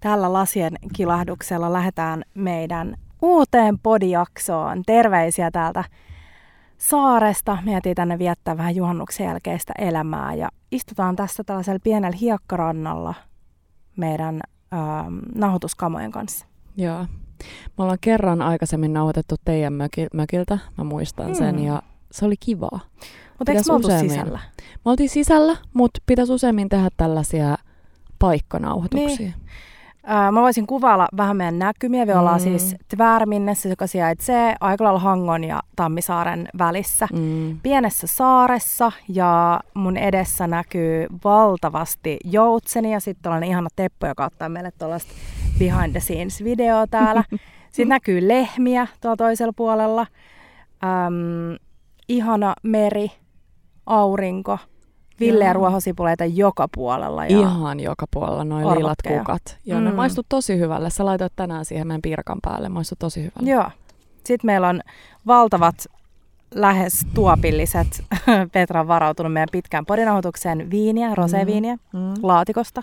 tällä lasien kilahduksella lähdetään meidän uuteen podijaksoon. Terveisiä täältä saaresta. Me jätiin tänne viettää vähän juhannuksen jälkeistä elämää ja istutaan tässä tällaisella pienellä hiekkarannalla meidän nauhoituskamojen kanssa. Joo. Me ollaan kerran aikaisemmin nauhoitettu teidän mökiltä, mä muistan sen, ja se oli kivaa. Mutta eikö me oltu sisällä? Me oltiin sisällä, mutta pitäisi useammin tehdä tällaisia paikkanauhoituksia. Niin. Mä voisin kuvailla vähän meidän näkymiä. Me ollaan siis Tvärminnessä, joka sijaitsee aika lailla Hangon ja Tammisaaren välissä. Pienessä saaressa, ja mun edessä näkyy valtavasti joutseni ja sitten tällainen ihana Teppo, joka ottaa meille tuollaista behind the scenes videoa täällä. Sitten näkyy lehmiä tuolla toisella puolella. Ihana meri, aurinko. Villeä ruohosipuleita joka puolella. Ja ihan joka puolella, noin liilat kukat. Joo, ne maistuu tosi hyvälle. Sä laitoit tänään siihen meidän piirakan päälle. Maistuu tosi hyvälle. Joo. Sitten meillä on valtavat, lähes tuopilliset, Petra on varautunut meidän pitkään podinauhoitukseen viiniä, roséviiniä, laatikosta.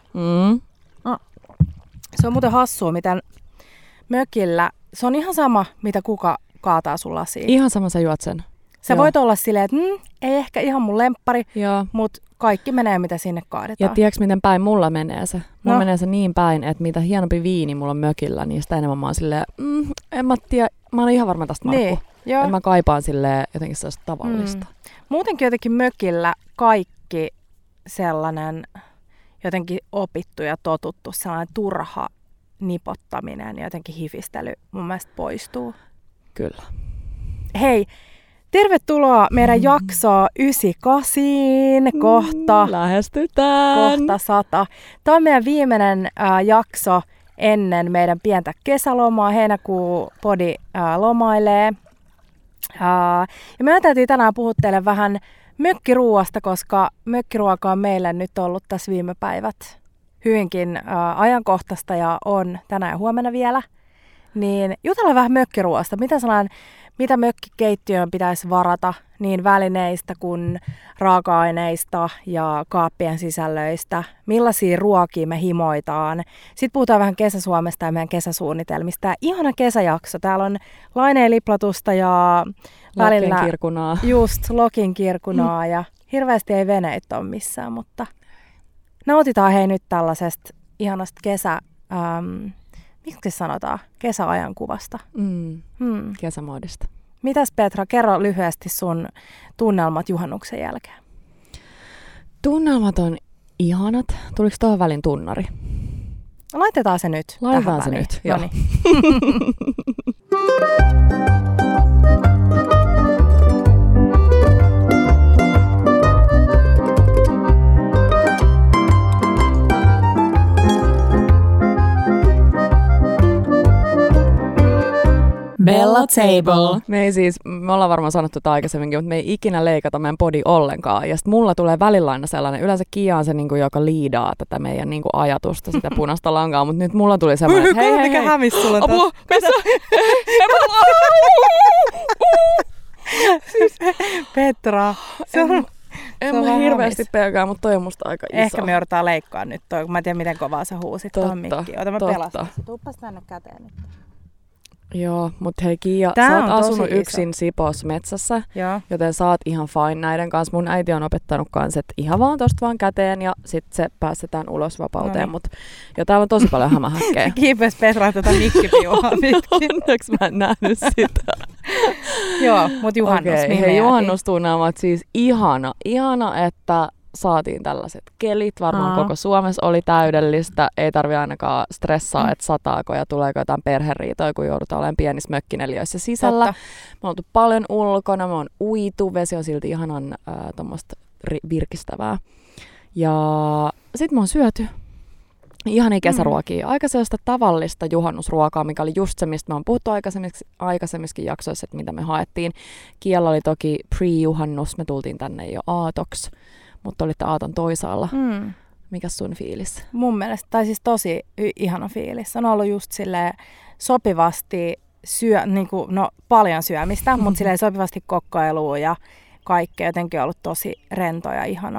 Se on muuten hassua, miten mökillä, se on ihan sama, mitä kuka kaataa sun lasiin. Ihan sama, sä juot sen. Sä voit olla silleen, että ei ehkä ihan mun lemppari, mutta kaikki menee, mitä sinne kaadetaan. Ja tiedätkö, miten päin mulla menee se? Mulla menee se niin päin, että mitä hienompi viini mulla on mökillä, niin sitä enemmän mä oon silleen, en mä tiedä, mä oon ihan varma tästä Markku. Niin, että mä kaipaan silleen jotenkin sellaista tavallista. Muutenkin jotenkin mökillä kaikki sellainen jotenkin opittu ja totuttu, sellainen turha nipottaminen ja jotenkin hifistely mun mielestä poistuu. Kyllä. Hei! Tervetuloa meidän jaksoa 98, lähestytään. Kohta 100. Tämä on meidän viimeinen jakso ennen meidän pientä kesälomaa. Heinäkuu podi lomailee. Ja me ajateltiin tänään puhua teille vähän mökkiruuasta, koska mökkiruoka on meille nyt ollut tässä viime päivät hyvinkin ajankohtaista ja on tänään ja huomenna vielä. Niin jutellaan vähän mökkiruoasta. Mitä mökkikeittiöön pitäisi varata niin välineistä kuin raaka-aineista ja kaappien sisällöistä? Millaisia ruokia me himoitaan? Sitten puhutaan vähän Kesä-Suomesta ja meidän kesäsuunnitelmista. Ja ihana kesäjakso. Täällä on Laineen liplatusta ja välillä Lokinkirkunaa. Just Lokinkirkunaa ja hirveästi ei veneitä ole missään, mutta nautitaan hei nyt tällaisesta ihanasta miksi sanotaan? Kesäajankuvasta. Kesämoodista. Mitäs Petra, kerro lyhyesti sun tunnelmat juhannuksen jälkeen. Tunnelmat on ihanat. Tuliko tuohon välin tunnari? Laitetaan se nyt. Laitetaan se nyt, joo. Bella Table. Me ollaan varmaan sanottu tätä aikaisemminkin, mutta me ei ikinä leikata meidän podi ollenkaan. Ja sitten mulla tulee välillä aina sellainen, yleensä Kiia on se, joka liidaa tätä meidän ajatusta, sitä punaista lankaa, mutta nyt mulla tuli semmoinen, että hei. Mikä hämis sulla on apua, missä? Siis Petra, en mä hirveästi pelkää, mutta toi on musta aika iso. Ehkä me joudutaan leikkaa nyt toi, kun mä en tiedä miten kovaa sä huusit tuohon mikkiin. Ota mä pelastan. Tuuppas tänne käteen nyt. Joo, mutta hei Kiia, sä oot asunut yksin Sipoossa metsässä, joten sä oot ihan fine näiden kanssa. Mun äiti on opettanut kanssa, että ihan vaan tosta vaan käteen ja sit se päästetään ulos vapauteen. Mutta täällä on tosi paljon hämähäkkejä. Kiipes Petra tätä mikkipiuhaa pitkin. Onneksi mä en nähnyt sitä. Joo, mutta juhannus. Okei, hei juhannustunnelmat siis ihana, että saatiin tällaiset kelit. Varmaan koko Suomessa oli täydellistä. Ei tarvi ainakaan stressaa, että sataako ja tuleeko jotain perheriitoja, kun joudutaan olemaan pienissä mökkineliöissä sisällä. Me on oltu paljon ulkona, me on uitu, vesi on silti ihanan tommoista virkistävää. Ja sit me on syöty ihania kesäruokia. Aika sellaista tavallista juhannusruokaa, mikä oli just se, mistä me on puhuttu aikaisemmissakin jaksoissa, että mitä me haettiin. Kiellä oli toki pre-juhannus, me tultiin tänne jo aatoksi. Mutta olitte aaton toisaalla. Mikäs sun fiilis? Mun mielestä, tai siis tosi ihana fiilis. On ollut just silleen sopivasti paljon syömistä, mutta silleen sopivasti kokkailua ja kaikkea. Jotenkin on ollut tosi rentoa ja ihanaa.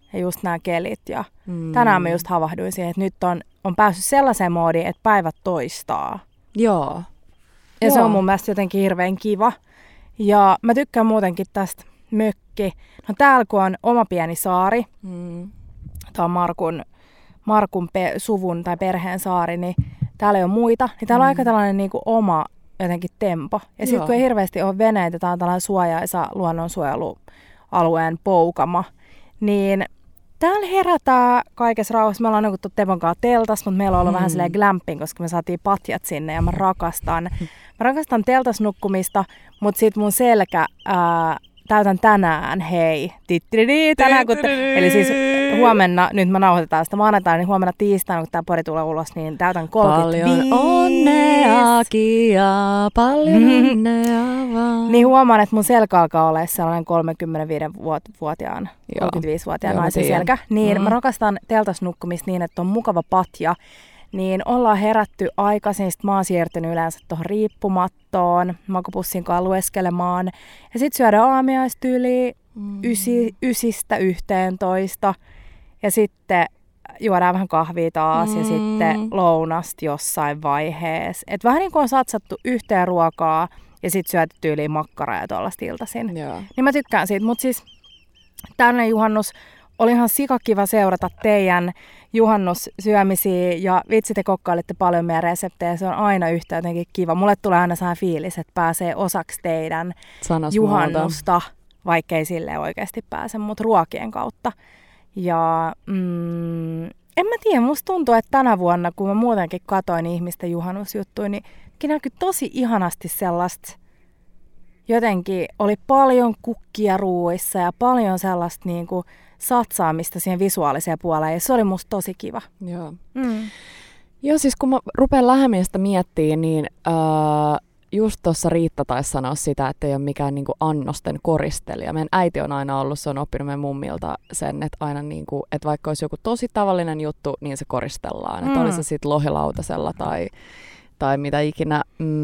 ja just nämä kelit. Ja tänään mä just havahduin siihen, että nyt on päässyt sellaiseen moodiin, että päivät toistaa. Joo. Ja se on mun mielestä jotenkin hirveän kiva. Ja mä tykkään muutenkin tästä mökki. No täällä kun on oma pieni saari, tää on Markun suvun tai perheen saari, niin täällä ei ole muita. Niin täällä on aika tällainen niin kuin oma jotenkin tempo. Ja sitten kun ei hirveästi ole veneitä, tää on tällainen suojaisa luonnonsuojelualueen poukama, niin täällä herätään kaikessa rauhassa. Me ollaan nukuttu Tepon kanssa teltas, mutta meillä on ollut vähän silleen glamping, koska me saatiin patjat sinne ja mä rakastan teltasnukkumista, mutta sit mun selkä täytän tänään, hei, tänään, eli siis huomenna, nyt mä nauhoitetaan sitä maanantaina, niin huomenna tiistaina, kun tää pori tulee ulos, niin täytän 35. Paljon onneakin ja paljon onnea vaan. Niin huomaan, että mun selkä alkaa olla sellainen 35-vuotiaan, 35-vuotiaan naisen selkä. Niin mä rakastan teltasnukkumista niin, että on mukava patja. Niin ollaan herätty aikaisin, sit mä oon siirtynyt yleensä tuohon riippumattoon, makopussin kanssa lueskelemaan. Ja sit syödään aamiaistyyliä 9–11. Ja sitten juodaan vähän kahvia taas ja sitten lounasta jossain vaiheessa. Et vähän niin kuin on satsattu yhteen ruokaa ja sit syöty tyyliin makkaraa ja tuollaista iltaisin. Joo. Niin mä tykkään siitä, mutta siis tänne juhannus oli ihan sikakiva seurata teidän juhannussyömisiä ja vitsi te kokkailitte paljon meidän reseptejä. Se on aina yhtä jotenkin kiva. Mulle tulee aina sellainen fiilis, että pääsee osaksi teidän juhannusta, vaikkei sille oikeasti pääse, mutta ruokien kautta. Ja en mä tiedä, musta tuntuu, että tänä vuonna, kun mä muutenkin katoin ihmisten juhannusjuttuja, niin näkyi tosi ihanasti sellaista, jotenkin oli paljon kukkia ruuissa ja paljon sellaista niinku satsaamista siihen visuaaliseen puoleen, ja se oli musta tosi kiva. Joo. Joo, siis kun mä rupean lähemmin sitä miettimään, niin just tuossa Riitta taisi sanoa sitä, että ei ole mikään niinku annosten koristelija. Meidän äiti on aina ollut, se on oppinut meidän mummilta sen, että aina niinku, että vaikka olisi joku tosi tavallinen juttu, niin se koristellaan. Että oli se sitten lohilautasella tai mitä ikinä.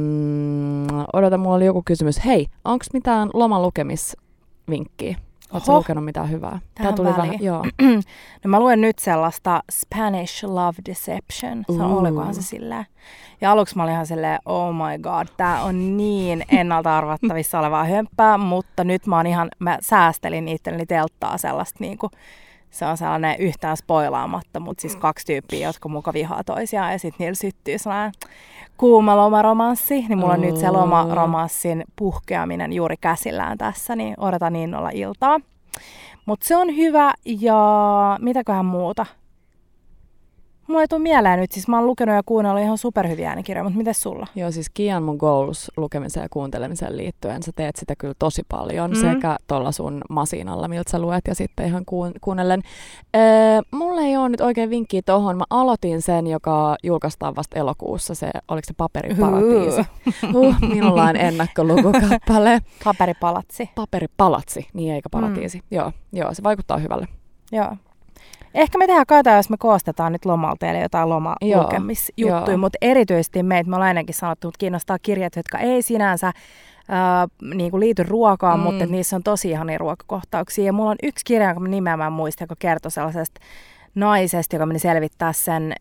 Odota, mulla oli joku kysymys. Hei, onko mitään loman lukemisvinkkiä? Oletko lukenut mitään hyvää? Tää tuli vähän, joo. No mä luen nyt sellaista Spanish Love Deception. Olikohan se silleen? Ja aluksi mä olin ihan silleen, oh my god, tää on niin ennalta arvattavissa olevaa hömppää, mutta nyt mä säästelin itselleni telttaa sellaista niinku, se on sellainen yhtään spoilaamatta, mutta siis 2 tyyppiä, jotka muka vihaa toisiaan ja sitten niillä syttyy sellainen kuuma lomaromanssi, niin mulla on nyt se lomaromanssin puhkeaminen juuri käsillään tässä, niin odotan innolla iltaa. Mutta se on hyvä ja mitäköhän muuta? Mulla ei tule mieleen nyt, siis mä oon lukenut ja kuunnellut ihan superhyviä äänikirjoja, mutta mites sulla? Joo, siis Kian mun goals lukemiseen ja kuuntelemiseen liittyen, sä teet sitä kyllä tosi paljon, sekä tuolla sun masinalla, miltä sä luet, ja sitten ihan kuunnellen. Mulla ei ole nyt oikein vinkkiä tohon, mä aloitin sen, joka julkaistaan vasta elokuussa, oliko se Paperiparatiisi? Minulla on ennakkolukukappale. Paperipalatsi, niin eikä paratiisi. Joo, se vaikuttaa hyvälle. Joo. Ehkä me tehdään kaitaa, jos me koostetaan nyt lomalta teille jotain lomalukemisjuttuja, mutta erityisesti me ollaan ainakin sanottu, että kiinnostaa kirjat, jotka ei sinänsä niinku liity ruokaan, mutta niissä on tosi ihania ruokakohtauksia. Ja mulla on yksi kirja, jonka mä nimenomaan muistan, joka kertoo sellaisesta naisesta, joka meni selvittää sen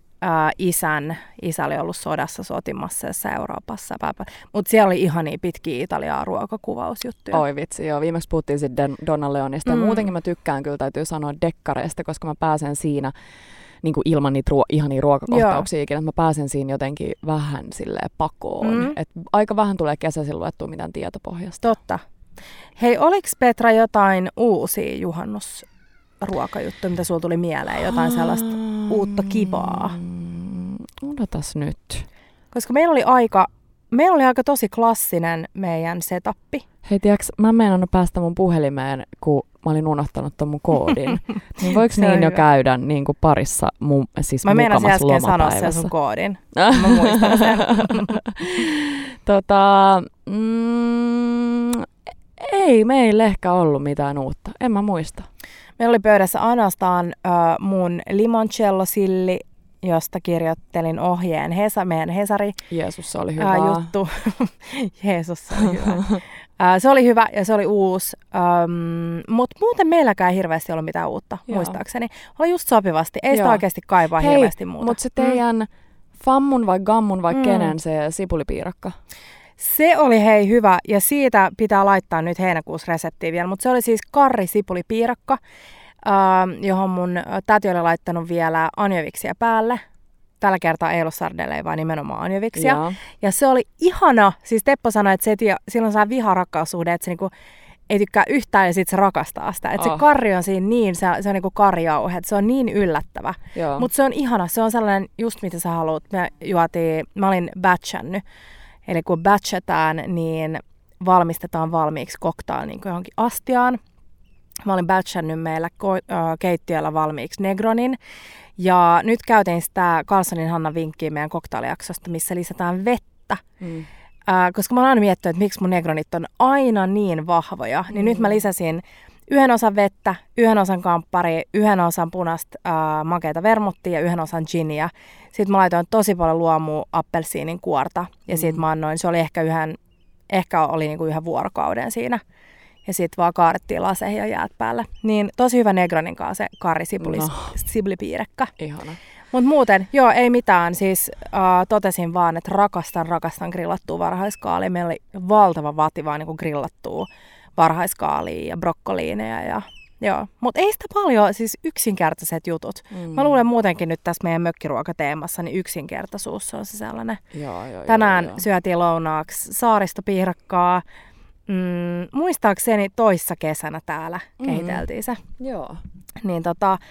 isä oli ollut sodassa sotimassa jossain Euroopassa. Mutta siellä oli ihania pitkiä Italiaa ruokakuvausjuttuja. Oi vitsi, joo. Viimeksi puhuttiin sitten Donna Leonista. Ja muutenkin mä tykkään kyllä, täytyy sanoa, dekkareista, koska mä pääsen siinä niin kuin ilman niitä ihania ruokakohtauksia ikinä. Mä pääsen siinä jotenkin vähän silleen pakoon. Et aika vähän tulee kesäisin luettua mitään tietopohjasta. Totta. Hei, oliko Petra jotain uusia juhannusruokajuttuja, mitä sulla tuli mieleen? Jotain sellaista uutta kivaa? Odotas nyt. Koska meillä oli aika tosi klassinen meidän setappi. Hei, tiiäks, mä en meinannut päästä mun puhelimeen, kun mä olin unohtanut ton mun koodin. Niin voiko niin hyvä jo käydä niin kuin parissa siis mä meinasin mukamassa äsken sanoa sen sun koodin. Mä muistan sen. Ei meillä ehkä ollut mitään uutta. En mä muista. Meillä oli pöydässä ainoastaan mun limoncello-silli, josta kirjoittelin ohjeen meidän Hesari. Jeesus, se oli hyvä. Juttu. Jeesus, se oli hyvä. Se oli hyvä ja se oli uusi, mutta muuten meilläkään ei hirveästi ollut mitään uutta, muistaakseni. Oli just sopivasti, ei sitä oikeasti kaipaa hirveästi muuta. Mutta se teidän fammun vai gammun vai kenen se sipulipiirakka? Se oli hyvä ja siitä pitää laittaa nyt heinäkuussa reseptiä vielä, mutta se oli siis karri-sipulipiirakka, johon mun täti oli laittanut vielä anjoviksia päälle. Tällä kertaa ei ollut sardeleja, vaan nimenomaan anjoviksia. Ja se oli ihana. Siis Teppo sanoi, että silloin saa viha-rakkaussuhde, että se niinku ei tykkää yhtään ja sitten se rakastaa sitä. Että se karri on siinä niin, se on niinku karjauhe, että se on niin yllättävä. Mutta se on ihana. Se on sellainen just mitä sä haluat. Mä olin batchannut. Eli kun batchataan, niin valmistetaan valmiiksi cocktail niin johonkin astiaan. Mä olin batchannut meillä keittiöllä valmiiksi Negronin. Ja nyt käytin sitä Carlsonin Hanna vinkkiä meidän cocktailijaksosta, missä lisätään vettä. Koska mä oon aina miettinyt, että miksi mun Negronit on aina niin vahvoja. Niin nyt mä lisäsin 1 osan vettä, 1 osan kampparia, 1 osan punaista makeata vermuttia ja 1 osan ginia. Sitten mä laitoin tosi paljon luomua appelsiinin kuorta. Ja sit mä annoin, se oli ehkä oli niinku 1 vuorokauden siinä. Ja sitten vaan kaadettiin laseihin ja jäät päälle. Niin tosi hyvä Negronin kanssa se karri-sipulipiirakka. Ihana. Mutta muuten, ei mitään. Siis totesin vaan, että rakastan grillattua varhaiskaalia. Meillä oli valtava vati vaan niin grillattua varhaiskaalia ja brokkoliineja. Mutta ei sitä paljon, siis yksinkertaiset jutut. Mä luulen muutenkin nyt tässä meidän mökkiruokateemassa, niin yksinkertaisuus on se sellainen. Tänään syötiin lounaaksi saaristopiirakkaa. Muistaakseni toissa kesänä täällä kehiteltiin se. Joo. Niin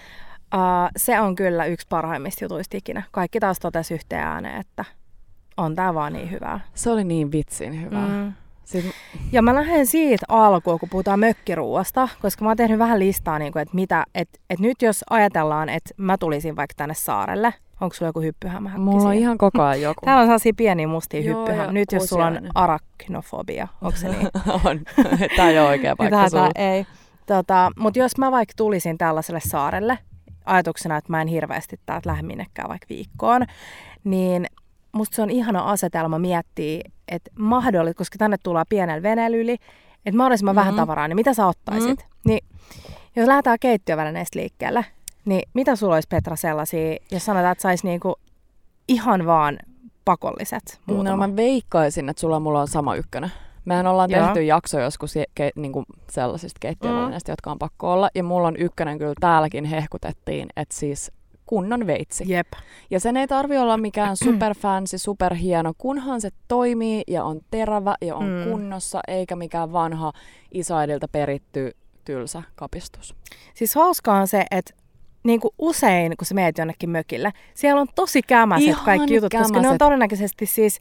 se on kyllä yksi parhaimmista jutuista ikinä. Kaikki taas totesi yhteen ääneen, että on tää vaan niin hyvää. Se oli niin vitsin hyvää. Ja mä lähden siitä alkuun, kun puhutaan mökkiruuasta, koska mä oon tehnyt vähän listaa, että nyt jos ajatellaan, että mä tulisin vaikka tänne saarelle, onko sulla joku hyppyhämähäkki? Mulla on ihan koko ajan joku. Täällä on sellaisia pieniä mustia hyppyhämähäkkiä. Nyt jos sulla on arachnofobia, onko se niin? On. Tää ei ole oikea paikka sulla. Ei. Mutta jos mä vaikka tulisin tällaiselle saarelle, ajatuksena, että mä en hirveästi täältä lähde minnekään vaikka viikkoon, niin musta se on ihana asetelma miettiä, että koska tänne tullaan pienellä veneellä yli, että mahdollisimman vähän tavaraa, niin mitä sä ottaisit? Niin, jos lähdetään keittiövälineistä liikkeelle, niin mitä sulla olisi, Petra, sellaisia, jos sanotaan, että sais niinku ihan vaan pakolliset muutama? No mä veikkaisin, että mulla on sama ykkönen. Mehän ollaan tehty jakso joskus niinku sellaisista keittiövälineistä, jotka on pakko olla. Ja mulla on ykkönen kyllä täälläkin hehkutettiin, että siis kunnon veitsi. Jep. Ja sen ei tarvi olla mikään superfancy, superhieno, kunhan se toimii ja on terävä ja on kunnossa, eikä mikään vanha isoäidiltä peritty tylsä kapistus. Siis hauskaa on se, että niinku usein, kun sä meet jonnekin mökille, siellä on tosi kämäset kaikki jutut, koska ne on todennäköisesti siis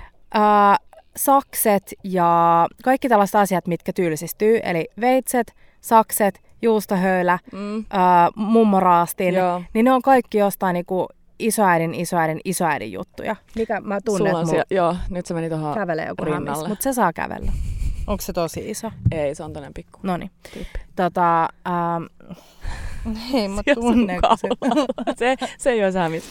sakset ja kaikki tällaiset asiat, mitkä tylsistyy. Eli veitset, sakset, juustohöylä, mummoraastin, niin ne on kaikki jostain niinku isoäidin juttuja. Mikä mä tunnen, että nyt se meni tuohon kävelee joku rinnalle. Mutta se saa kävellä. Onko se tosi iso? Ei, se on toinen pikku. Noniin. Ei mä tunne. Se ei ole säämis.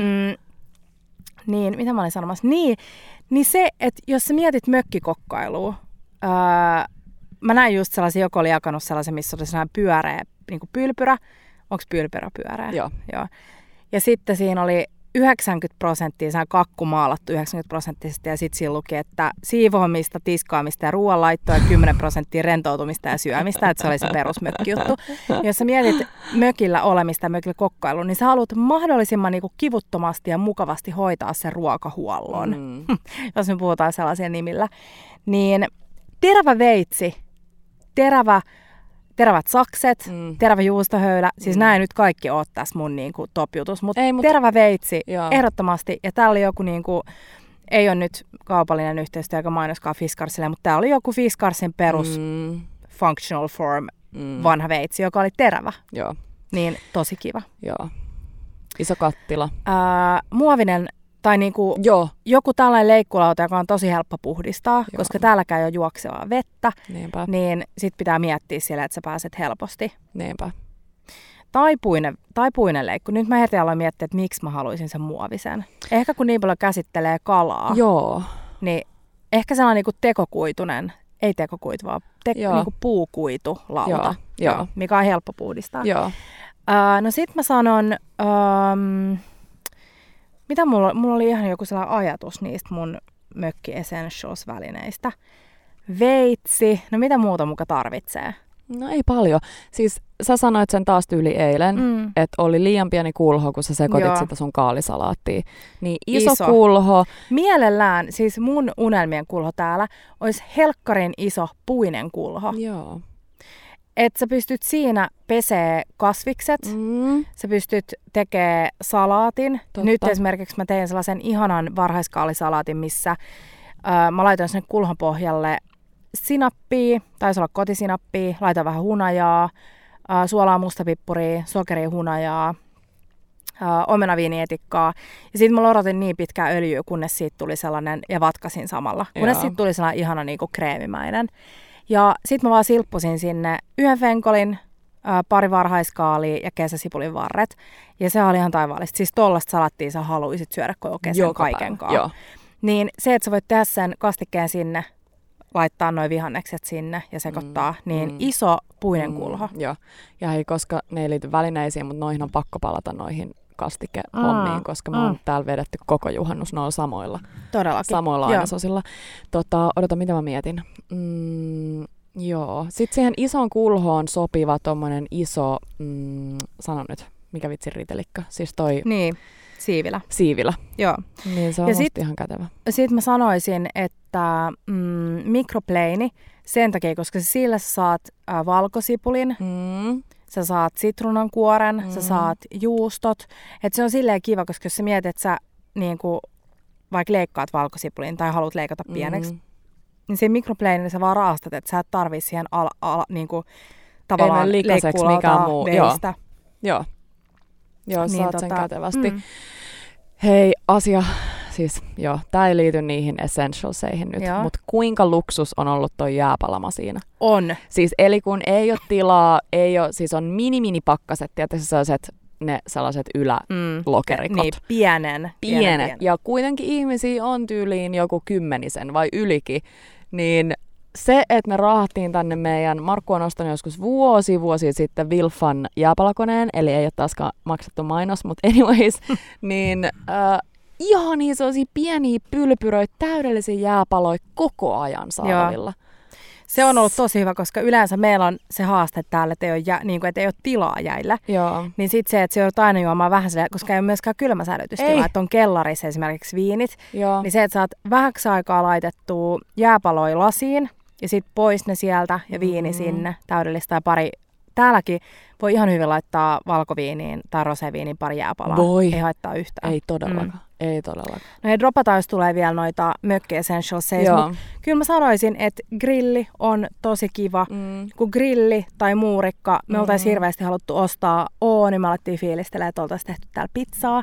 Niin, mitä mä olin sanomassa? Niin se, että jos sä mietit mökkikokkailua, mä näin just sellaisen, joku oli jakanut sellaisen, missä oli sellainen pyöreä niin kuin pylpyrä. Onko pylpyrä pyöreä? Joo. Ja sitten siinä oli 90%, se on kakku maalattu 90% ja sitten siinä luki, että siivoamista, tiskaamista ja ruoanlaittoa ja 10% rentoutumista ja syömistä, että se oli se perusmökkijuttu. Jos sä mietit mökillä olemista ja mökillä kokkailua, niin sä haluat mahdollisimman niin kuin kivuttomasti ja mukavasti hoitaa sen ruokahuollon, jos me puhutaan sellaisia nimillä. Niin terävä veitsi, terävät sakset, terävä juustohöylä, siis näin nyt kaikki oot tässä mun niinku top-jutus, mutta terävä veitsi, ehdottomasti, ja täällä oli joku niinku, ei ole nyt kaupallinen yhteistyö eikä mainoskaan Fiskarsille, mutta tää oli joku Fiskarsin perus functional form vanha veitsi, joka oli terävä. Joo. Niin tosi kiva. Joo. Iso kattila. Muovinen tai niinku joku tällainen leikkulauta, joka on tosi helppo puhdistaa, koska täälläkään ei ole juoksevaa vettä, niin sit pitää miettiä siellä, että sä pääset helposti. Niinpä. Tai puinen leikku. Nyt mä heti aloin miettiä, että miksi mä haluaisin sen muovisen. Ehkä kun niin paljon käsittelee kalaa, niin ehkä sellainen niinku tekokuitunen ei tekokuitu, vaan niinku puukuitulauta, Joo. mikä on helppo puhdistaa. Joo. No sit mä sanon, mitä mulla oli ihan joku sellainen ajatus niistä mun mökki essentials-välineistä. Veitsi, no mitä muuta muka tarvitsee? No ei paljon. Siis sä sanoit sen taas tyyli eilen, että oli liian pieni kulho, kun sä sekoitit sitä sun kaalisalaattia. Niin iso kulho. Mielellään, siis mun unelmien kulho täällä, olisi helkkarin iso puinen kulho. Joo. Että sä pystyt siinä pesee kasvikset, sä pystyt tekemään salaatin. Totta. Nyt esimerkiksi mä tein sellaisen ihanan varhaiskaalisalaatin, missä mä laitoin sinne kulhon pohjalle sinappia, taisi olla kotisinappia, laitan vähän hunajaa, suolaa, mustapippuria, sokeria, hunajaa, omenaviinietikkaa. Ja sitten mä lorotin niin pitkää öljyä, kunnes siitä tuli sellainen, ja vatkasin samalla, kunnes siitä tuli sellainen ihana niinku kreemimäinen. Ja sitten mä vaan silppusin sinne yhden fenkolin, pari varhaiskaalia ja kesäsipulin varret. Ja se oli ihan taivaallista. Siis tollaista salattia sä haluisit syödä koko kesän kaiken kanssa. Niin se, että sä voit tehdä sen kastikkeen sinne, laittaa noi vihannekset sinne ja sekoittaa, niin iso puinen kulho. Joo. Ja hei, koska ne ei liity välineisiin, mutta noihin on pakko palata noihin kastikehommiin, koska mä oon täällä vedetty koko juhannus noilla samoilla. Todellakin. Samoilla ainesosilla. Odota, mitä mä mietin. Joo. Sitten siihen ison kulhoon sopiva tommonen iso, sano nyt, mikä vitsi riitelikka? Siis toi... Niin, siivilä. Siivilä. Joo. Niin se on musta ihan kätevä. Sitten mä sanoisin, että mikropleini sen takia, koska sillä sä saat valkosipulin, sä saat sitruunankuoren, sä saat juustot. Että se on silleen kiva, koska jos sä mietit, että sä niinku, vaikka leikkaat valkosipulin tai haluat leikata pieneksi, niin se mikropleinillä sä vaan raastat, että sä et tarvii siihen niinku, tavallaan leikkuulaltaa veistä. Joo, niin, saat sen kätevästi. Hei, asia, siis tää ei liity niihin essentialseihin nyt, mutta kuinka luksus on ollut toi jääpalama siinä? On. Siis eli kun ei ole tilaa, siis on mini-pakkaset, tietysti sellaiset ylälokerikot. Niin, pienet. Ja kuitenkin ihmisiä on tyyliin joku 10 vai ylikin, niin se, että me raahattiin tänne Markku on ostanut joskus vuosia sitten Wilfan jääpalakoneen, eli ei ole taaskaan maksettu mainos, mutta anyways, niin ihan niin sellaisia pieniä pylpyröitä, täydellisiä jääpaloja koko ajan saatavilla. Se on ollut tosi hyvä, koska yleensä meillä on se haaste täällä, että ei ole tilaa jäillä. Joo. Niin sitten se, että se joudut aina juomaan vähän sille, koska ei ole myöskään kylmäsäilytystilaa, että on kellarissa esimerkiksi viinit. Joo. Niin se, että saat vähäksi aikaa laitettua jääpaloja lasiin ja sitten pois ne sieltä ja viini sinne, täydellistä ja pari. Täälläkin voi ihan hyvin laittaa valkoviiniin tai roseviiniin pari jääpalaa. Voi. Ei haittaa yhtään. Ei todellakaan. Ei todellakaan. No ei dropataan, jos tulee vielä noita mökki essentialseja, mutta kyllä mä sanoisin, että grilli on tosi kiva. Kun grilli tai muurikka, me oltaisiin hirveästi haluttu ostaa niin me alettiin fiilistelemään, että oltaisiin tehty täällä pizzaa.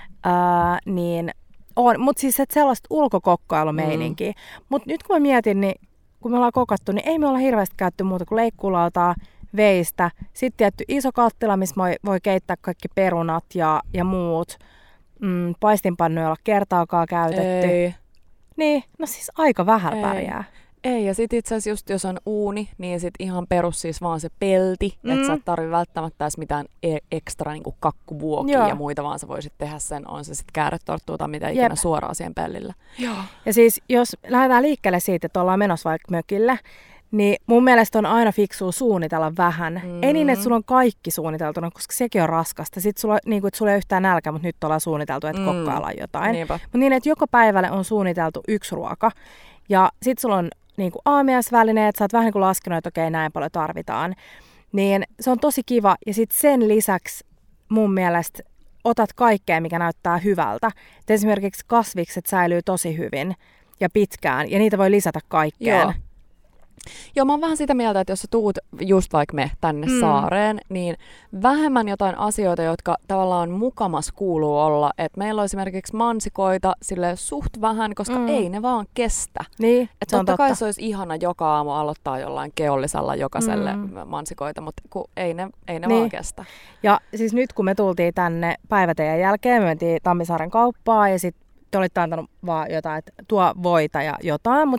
Niin on, mutta siis että sellaista ulkokokkailu-meininkiä. Mutta nyt kun mä mietin, niin kun me ollaan kokattu, niin ei me olla hirveästi käytetty muuta kuin leikkuulautaa, veistä. Sitten tietty iso kattila, missä voi keittää kaikki perunat ja muut. Paistinpannuja olla kertaakaan käytetty. Ei. Niin, no siis aika vähän pärjää. Ei, ja sit itse asiassa just jos on uuni, niin sit ihan perus siis vaan se pelti, että sä et tarvi välttämättä edes mitään ekstra niinku kakkuvuokia ja muita, vaan sä voisit tehdä sen, on se sit kääretorttua tai mitä ikinä suoraan siihen pellille. Joo. Ja siis jos lähdetään liikkeelle siitä, että ollaan menossa vaikka mökille, niin mun mielestä on aina fiksua suunnitella vähän. Ei niin, että sulla on kaikki suunniteltuna, koska sekin on raskasta. Sitten sulla, niin kuin, että sulla ei ole yhtään nälkä, mutta nyt ollaan suunniteltu, että kokkaillaan jotain. Mutta niin, että joka päivälle on suunniteltu yksi ruoka. Ja sitten sulla on niin kuin aamiaisvälineet, sä oot vähän niin kuin laskenut, että okei, näin paljon tarvitaan. Niin se on tosi kiva. Ja sitten sen lisäksi mun mielestä otat kaikkea, mikä näyttää hyvältä. Et esimerkiksi kasvikset säilyy tosi hyvin ja pitkään, ja niitä voi lisätä kaikkeen. Joo, mä oon vähän sitä mieltä, että jos sä tuut just vaikka me tänne saareen, niin vähemmän jotain asioita, jotka tavallaan mukamas kuuluu olla. Että meillä on esimerkiksi mansikoita sille suht vähän, koska ei ne vaan kestä. Niin, että totta kai se olisi ihana joka aamu aloittaa jollain keollisella jokaiselle mansikoita, mutta kun ei ne vaan kestä. Ja siis nyt kun me tultiin tänne päiväteidän jälkeen, me mentiin Tammisaaren kauppaan ja sitten te olitte antanut vaan jotain, että tuo voita ja jotain, mutta sitten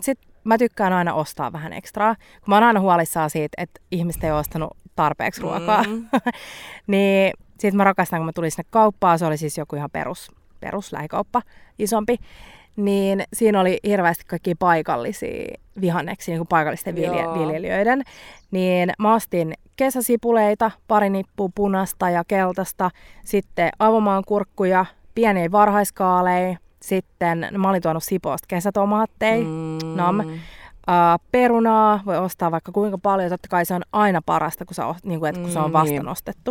mä tykkään aina ostaa vähän ekstraa, kun mä oon aina huolissaan siitä, että ihmiset ei ole ostanut tarpeeksi ruokaa. Niin sit mä rakastan, kun mä tulin sinne kauppaan, se oli siis joku ihan perus lähikauppa, isompi. Niin siinä oli hirveästi kaikkia paikallisia vihanneksia, niin kuin paikallisten viljelijöiden. Niin mä ostin kesäsipuleita, pari nippua punasta ja keltaista, sitten avomaankurkkuja, pieniä varhaiskaaleja, sitten mä olin tuonut Sipoosta kesätomaatteja, perunaa, voi ostaa vaikka kuinka paljon, totta kai se on aina parasta, kun, kun se on vasta nostettu.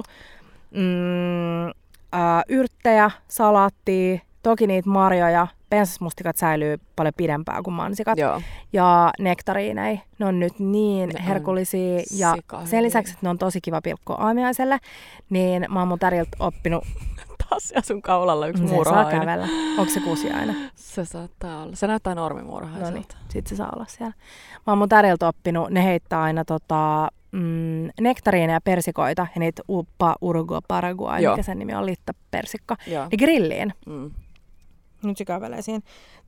Yrttejä, salaattia, toki niitä marjoja, pensasmustikat säilyy paljon pidempään kuin mansikat. Joo. Ja nektariineja, ne on nyt niin herkullisia ja sen lisäksi, että ne on tosi kiva pilkkoa aamiaiselle, niin mä oon mun täriltä oppinut. Taas ja sun kaulalla yksi Se muurahainen. saa kävellä. Onko se kusiainen? Se saattaa olla. Se näyttää normimuurahaiselta. No niin, sit se saa olla siellä. Mä oon mun täriltä oppinut, ne heittää aina nektariineja ja persikoita ja niitä Uruguay Paraguay, mikä sen nimi on, littapersikka, ja grilliin. Nyt se kävelee siinä.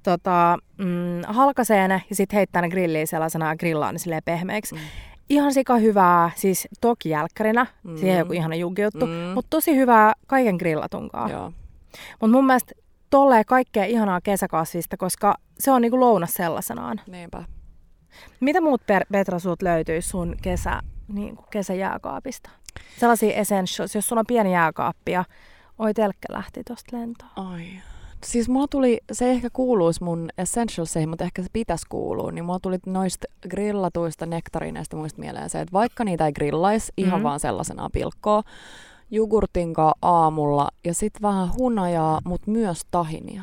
Halkaisee ne ja sitten heittää ne grilliin sellaisena grillaan ne silleen pehmeiksi. Ihan sika hyvää, siis toki jälkkärinä, siihen joku ihana junkijuttu, mutta tosi hyvää kaiken grillatunkaan. Mutta mun mielestä tolleen kaikkea ihanaa kesäkasvista, koska se on niinku lounas sellaisenaan. Niinpä. Mitä muut Petra sulta löytyisi sun kesäjääkaapista? Sellaisia essentials, jos sulla on pieni jääkaappi ja telkkä lähti tosta lentoon. Ai. Siis mulla tuli, se ehkä kuuluisi mun essentialseihin, mutta ehkä se pitäisi kuulua, niin mulla tuli noista grillatuista nektarineista muista mieleen se, että vaikka niitä ei grillaisi ihan vaan sellaisenaan pilkkoa, jogurtinkaan aamulla ja sitten vähän hunajaa, mutta myös tahinia.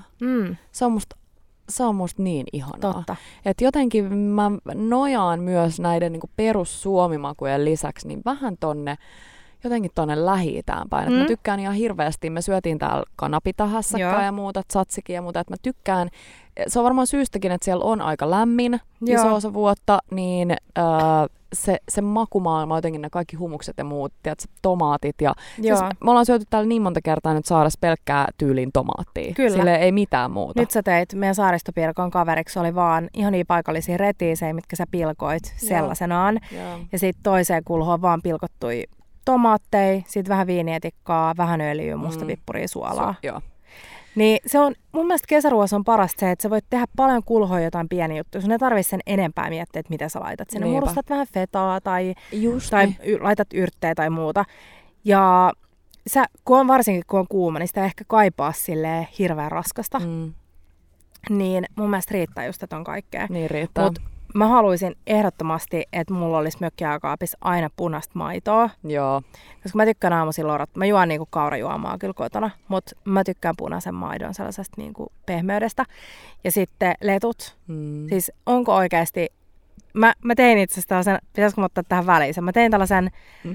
Se on musta niin ihanaa. Totta. Et jotenkin mä nojaan myös näiden niinku perussuomimakujen lisäksi niin vähän jotenkin tonne Lähi-Itään päin. Mä tykkään ihan hirveästi. Me syötiin täällä kanapitahassakaan ja muuta, tzatsikin ja muuta. Et mä tykkään, se on varmaan syystäkin, että siellä on aika lämmin iso osa vuotta, niin se makumaailma, jotenkin ne kaikki humukset ja muut, tiedätkö, tomaatit. Ja siis me ollaan syöty täällä niin monta kertaa nyt Saaressa pelkkää tyyliin tomaattia. Kyllä. Sille ei mitään muuta. Nyt sä teit meidän saaristopilkon kaveriksi, oli vaan ihania paikallisia retiisejä, mitkä sä pilkoit sellaisenaan. Ja sitten toiseen kulhoon vaan pilkottui tomaatteja, sitten vähän viinietikkaa, vähän öljyä, mustapippuria, suolaa. Niin se on, mun mielestä kesäruoassa on parasta se, että sä voit tehdä paljon kulhoa jotain pieniä juttuja. Sun ei tarvitse sen enempää miettiä, että mitä sä laitat sinne. Murustat vähän fetaa tai laitat yrttejä tai muuta. Ja varsinkin kun on kuuma, niin sitä ehkä kaipaa silleen hirveän raskasta. Niin mun mielestä riittää just, että on kaikkea. Niin riittää. Mut mä haluaisin ehdottomasti, että mulla olisi mökkijääkaapissa aina punaista maitoa. Joo. Koska mä tykkään aamuisin mä juon niinku kaurajuomaa kyllä kotona, mutta mä tykkään punaisen maidon sellaisesta niinku pehmeydestä. Ja sitten letut. Siis onko oikeasti, mä tein itse asiassa tällaisen, pitäisikö mä ottaa tähän väliin, mä tein tällaisen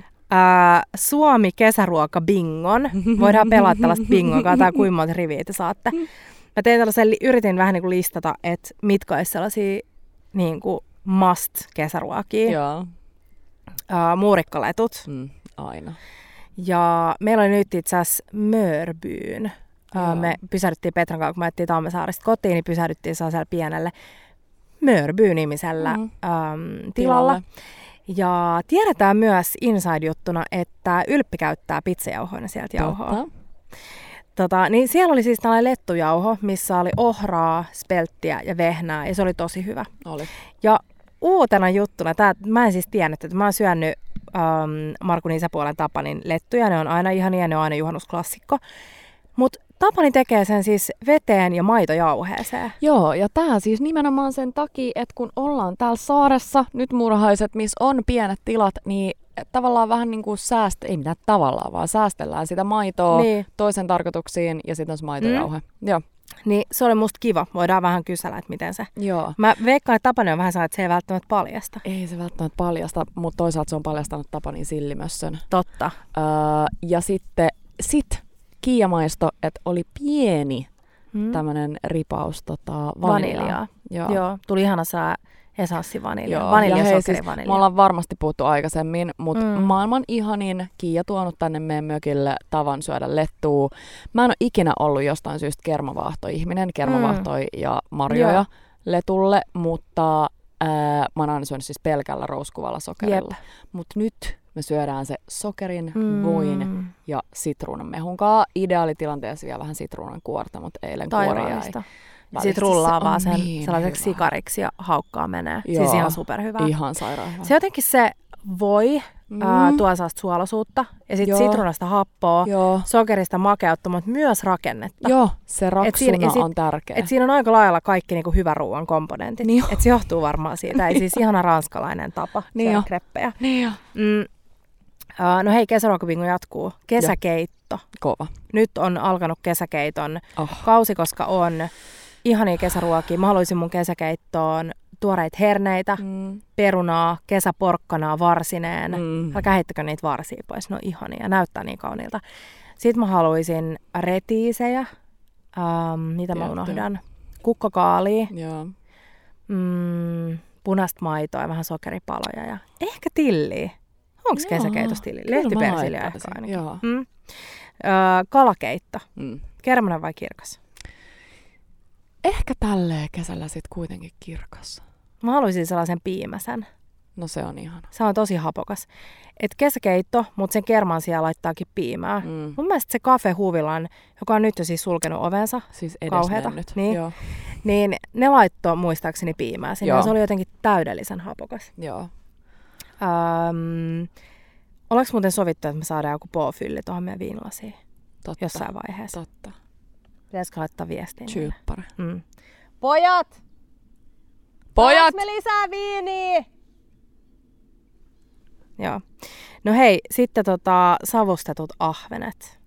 Suomi-kesäruoka-bingon. Voidaan pelata tällaista bingoa, katsotaan kuinka monta riviä te saatte. Mä tein tällaisen, yritin vähän niinku listata, että mitkä olisi sellaisia niinku must-kesäruokia. Joo. Muurikkaletut. Aina. Ja meillä oli nyt itse asiassa Mörbyyn. Me pysähdyttiin Petran kanssa, kun me ajettiin Tammesaaresta kotiin, niin pysähdyttiin sellaisella pienelle Mörby-nimisellä tilalla. Ja tiedetään myös inside-juttuna, että Ylppi käyttää pizzajauhoina sieltä jauhoa. Niin siellä oli siis tällainen lettujauho, missä oli ohraa, spelttiä ja vehnää, ja se oli tosi hyvä. Oli. Ja uutena juttuna, mä en siis tiennyt, että mä oon syönyt Markun isäpuolen Tapanin lettuja, ne on aina ihania, ne on aina juhannusklassikko. Mutta Tapani tekee sen siis veteen ja maitojauheeseen. Joo, ja tää siis nimenomaan sen takia, että kun ollaan täällä saaressa, nyt Muurahaiset, missä on pienet tilat, niin tavallaan vähän niin kuin ei mitään tavallaan, vaan säästellään sitä maitoa toisen tarkoituksiin ja sitten on se maitojauhe. Joo. Niin se oli musta kiva. Voidaan vähän kysellä, että miten se. Joo. Mä veikkaan, että Tapani on vähän sellainen, että se ei välttämättä paljasta. Ei se välttämättä paljasta, mutta toisaalta se on paljastanut Tapanin sillimössön. Totta. Ja sitten Kiia maisto, että oli pieni tämmönen ripaus vaniljaa. Joo. Tuli ihana saa esanssivanilja. Vaniljasokkerivanilja. Me ollaan varmasti puhuttu aikaisemmin, mutta maailman ihanin Kiia tuonut tänne meidän mökille tavan syödä lettua. Mä en ole ikinä ollut jostain syystä kermavaahtoihminen, kermavaahtoi ja marjoja letulle, mutta Mä oon aina syönyt siis pelkällä rouskuvalla sokerilla. Mutta nyt me syödään se sokerin, voin ja sitruunan mehunkaan. Ideaalitilanteessa vielä vähän sitruunan kuorta, mutta eilen kuori jäi. Sitten rullaa vaan sen niin sellaiseksi hyvä. sikariksi ja haukkaa menee. Joo, siis ihan superhyvää. Ihan sairaan hyvä. Se jotenkin se voi tuo sellaista suolaisuutta ja sitten sitruunasta happoa, sokerista makeutta, mutta myös rakennetta. Joo, se raksuna on tärkeä. Et siinä on aika lailla kaikki niinku hyvän ruoan komponentit. Niin et se johtuu varmaan siitä. Ei siis ihana ranskalainen tapa syödä kreppejä. Niin jo. No hei, kesäruokabingo jatkuu. Kesäkeitto. Kova. Nyt on alkanut kesäkeiton kausi, koska on ihania kesäruokia. Mä haluaisin mun kesäkeittoon tuoreita herneitä, perunaa, kesäporkkanaa varsineen. Älkää heittäkö niitä varsia pois, ne on ihania, näyttää niin kauniilta. Sitten mä haluaisin retiisejä, mitä mä unohdan, kukkakaalia, punaista maitoa ja vähän sokeripaloja ja ehkä tilliä. Onko kesäkeitos tilliä? Lehtipersiliä ehkä ainakin. Kalakeitto. Kermanen vai kirkas? Ehkä tälleen kesällä sit kuitenkin kirkas. Mä haluaisin sellaisen piimäsen. No se on ihana. Se on tosi hapokas. Et kesäkeitto, mutta sen kerman sijaan laittaakin piimää. Mun mielestä se Cafe Huvilan, joka on nyt jo siis sulkenut ovensa, siis kauheeta, niin ne laittoi muistaakseni piimää sinne. Ja se oli jotenkin täydellisen hapokas. Joo. Ollaanko muuten sovittu, että me saadaan joku påfylli tuohon meidän viinilasiin? Totta. Jossain vaiheessa. Totta. Pitäisikö laittaa viestiin? Tjyyppari. Pojat! Pojat! Me lisää viiniä! Joo. No hei, sitten savustetut ahvenet.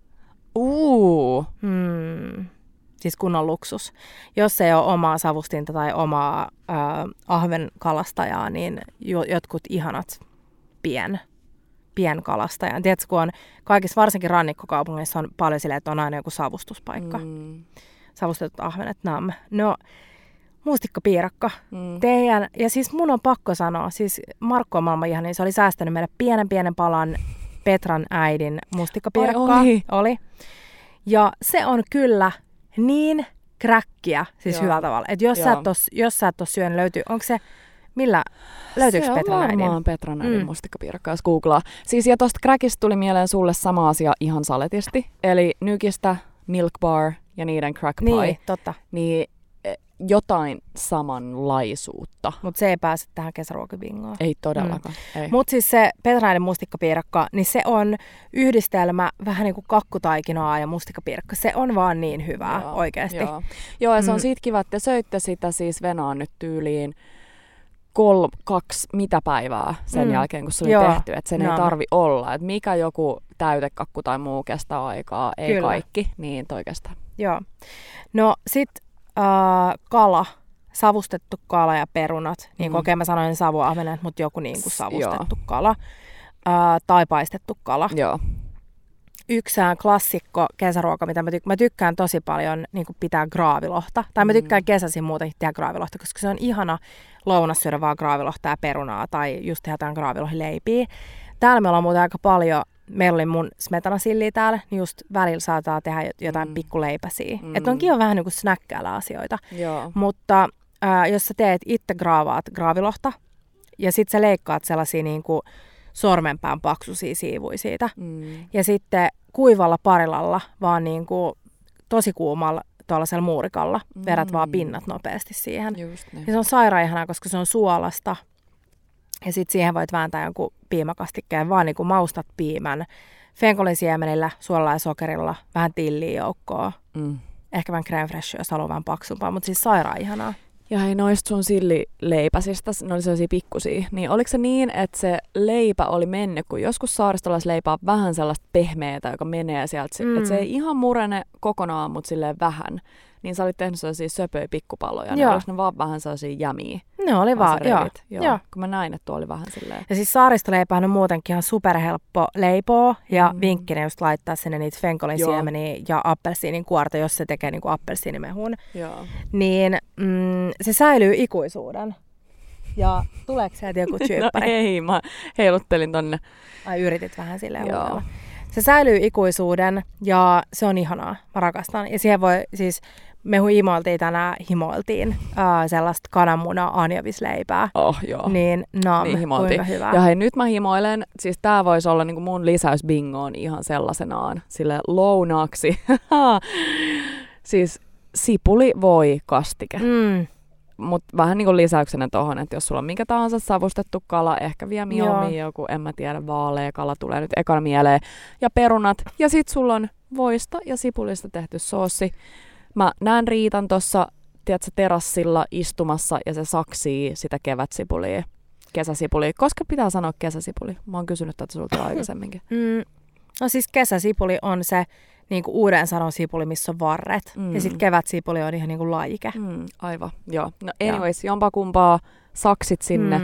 Siis kunnon luksus. Jos ei ole omaa savustinta tai omaa ahvenkalastajaa, niin jotkut ihanat pienkalastajaa. Tiedätkö, kun on kaikissa, varsinkin rannikkokaupungeissa on paljon silleen, että on aina joku savustuspaikka. Savustetut ahvenet, No, mustikkapiirakka. Teidän, ja siis mun on pakko sanoa, siis Markku on maailman ihana, niin se oli säästänyt meille pienen palan Petran äidin mustikkapiirakkaa. Oli. Ja se on kyllä niin kräkkiä, siis hyvällä tavalla. Että jos sä et ole syönyt, löytyykö Petran äidin? Se on varmaan Petran äidin mustikkapiirakka, jos googlaa. Siis ja tosta crackista tuli mieleen sulle sama asia ihan saletisti. Eli Nykistä, Milk Bar ja niiden crack pie. Niin, totta. Niin jotain samanlaisuutta. Mutta se ei pääse tähän kesäruokabingoon. Ei todellakaan. Mutta siis se Petrainen mustikkapiirakka, niin se on yhdistelmä vähän niin kuin kakkutaikinaa ja mustikkapiirakka. Se on vaan niin hyvää oikeasti. Joo, ja se on siitä kiva, että te söitte sitä siis Venaan nyt tyyliin 2 päivää sen jälkeen, kun se oli tehty. Että sen ei tarvi olla. Että mikä joku täytekakku tai muu kestää aikaa, ei kyllä. Kaikki, niin toi kestää. Joo. No sit kala, savustettu kala ja perunat. Niin kuin mä sanoin savuahvenet, mutta joku niin kuin savustettu kala. Tai paistettu kala. Joo. Yksi klassikko kesäruoka, mitä mä tykkään tosi paljon niin kuin pitää graavilohta. Tai mä tykkään kesäisin muutenkin tehdä graavilohta, koska se on ihana lounas syödä vaan graavilohta ja perunaa. Tai just tehdä jotain graavilohileipiä. Täällä me ollaan muuten aika paljon. Meillä oli mun smetanasilliä täällä, niin just välillä saattaa tehdä jotain pikkuleipäsiä. Että on kiva vähän niin kuin snäkkäällä asioita. Joo. Mutta jos sä teet itse graavaat graavilohta ja sit sä leikkaat sellaisia niin kuin sormenpään paksuisia siivuja siitä. Ja sitten kuivalla parilalla, vaan niin kuin tosi kuumalla tuollaisella muurikalla, vedät vaan pinnat nopeasti siihen. Ja se on sairaan ihanaa, koska se on suolasta. Ja sitten siihen voit vääntää jonkun piimakastikkeen, vaan niin kuin maustat piimän. Fenkolin siemenillä, suolalla ja sokerilla, vähän tilliä joukkoa. Ehkä vähän crème fraîche, jos haluaa vähän paksumpaa, mutta siis sairaan ihanaa. Ja hei, noista sun sillileipäsistä, ne oli sellaisia pikkusia, niin oliko se niin, että se leipä oli mennyt, kun joskus saaristolaisleipä on vähän sellaista pehmeätä, joka menee sieltä, että se ei ihan murene kokonaan, mutta silleen vähän, niin sä olit tehnyt sellaisia söpöjä pikkupaloja, niin oliko ne vaan vähän sellaisia jämiä? Ne oli vaan, joo. Kun mä näin, että tuo oli vähän silleen. Ja siis saaristoleipähän on muutenkin ihan superhelppo leipoa, ja vinkkinä just laittaa sinne niitä fenkolin siemeniä ja appelsiinin kuorta, jos se tekee niinku appelsiinimehun. Joo. Niin se säilyy ikuisuuden. Ja tuleeko sieltä joku tyyppari? No ei, mä heiluttelin tonne. Ai yritit vähän silleen huudella. Se säilyy ikuisuuden ja se on ihanaa. Mä rakastan. Ja siihen voi siis, me himoiltiin sellaista kananmuna-anjovisleipää. Joo. Niin kuinka hyvä. Ja hei, nyt mä himoilen, siis tää voisi olla niinku mun lisäys bingoon ihan sellaisenaan, sille lounaaksi. Siis sipuli voi kastike. Mutta vähän niin kuin lisäyksenä tohon, että jos sulla on mikä tahansa savustettu kala, ehkä vielä mieluummin joku, en mä tiedä, vaalea kala tulee nyt ekana mieleen, ja perunat, ja sit sulla on voista ja sipulista tehty soossi. Mä näen Riitan tossa, tiedätkö, terassilla istumassa, ja se saksii sitä kesäsipulia. Koska pitää sanoa kesäsipuli? Mä oon kysynyt tätä sulta aikaisemminkin. No siis kesäsipuli on se niinku uuden sanon sipuli, missä on varret. Ja sitten kevätsipuli on ihan niinku laike. Aivan, joo. No anyways, jompaa kumpaa saksit sinne.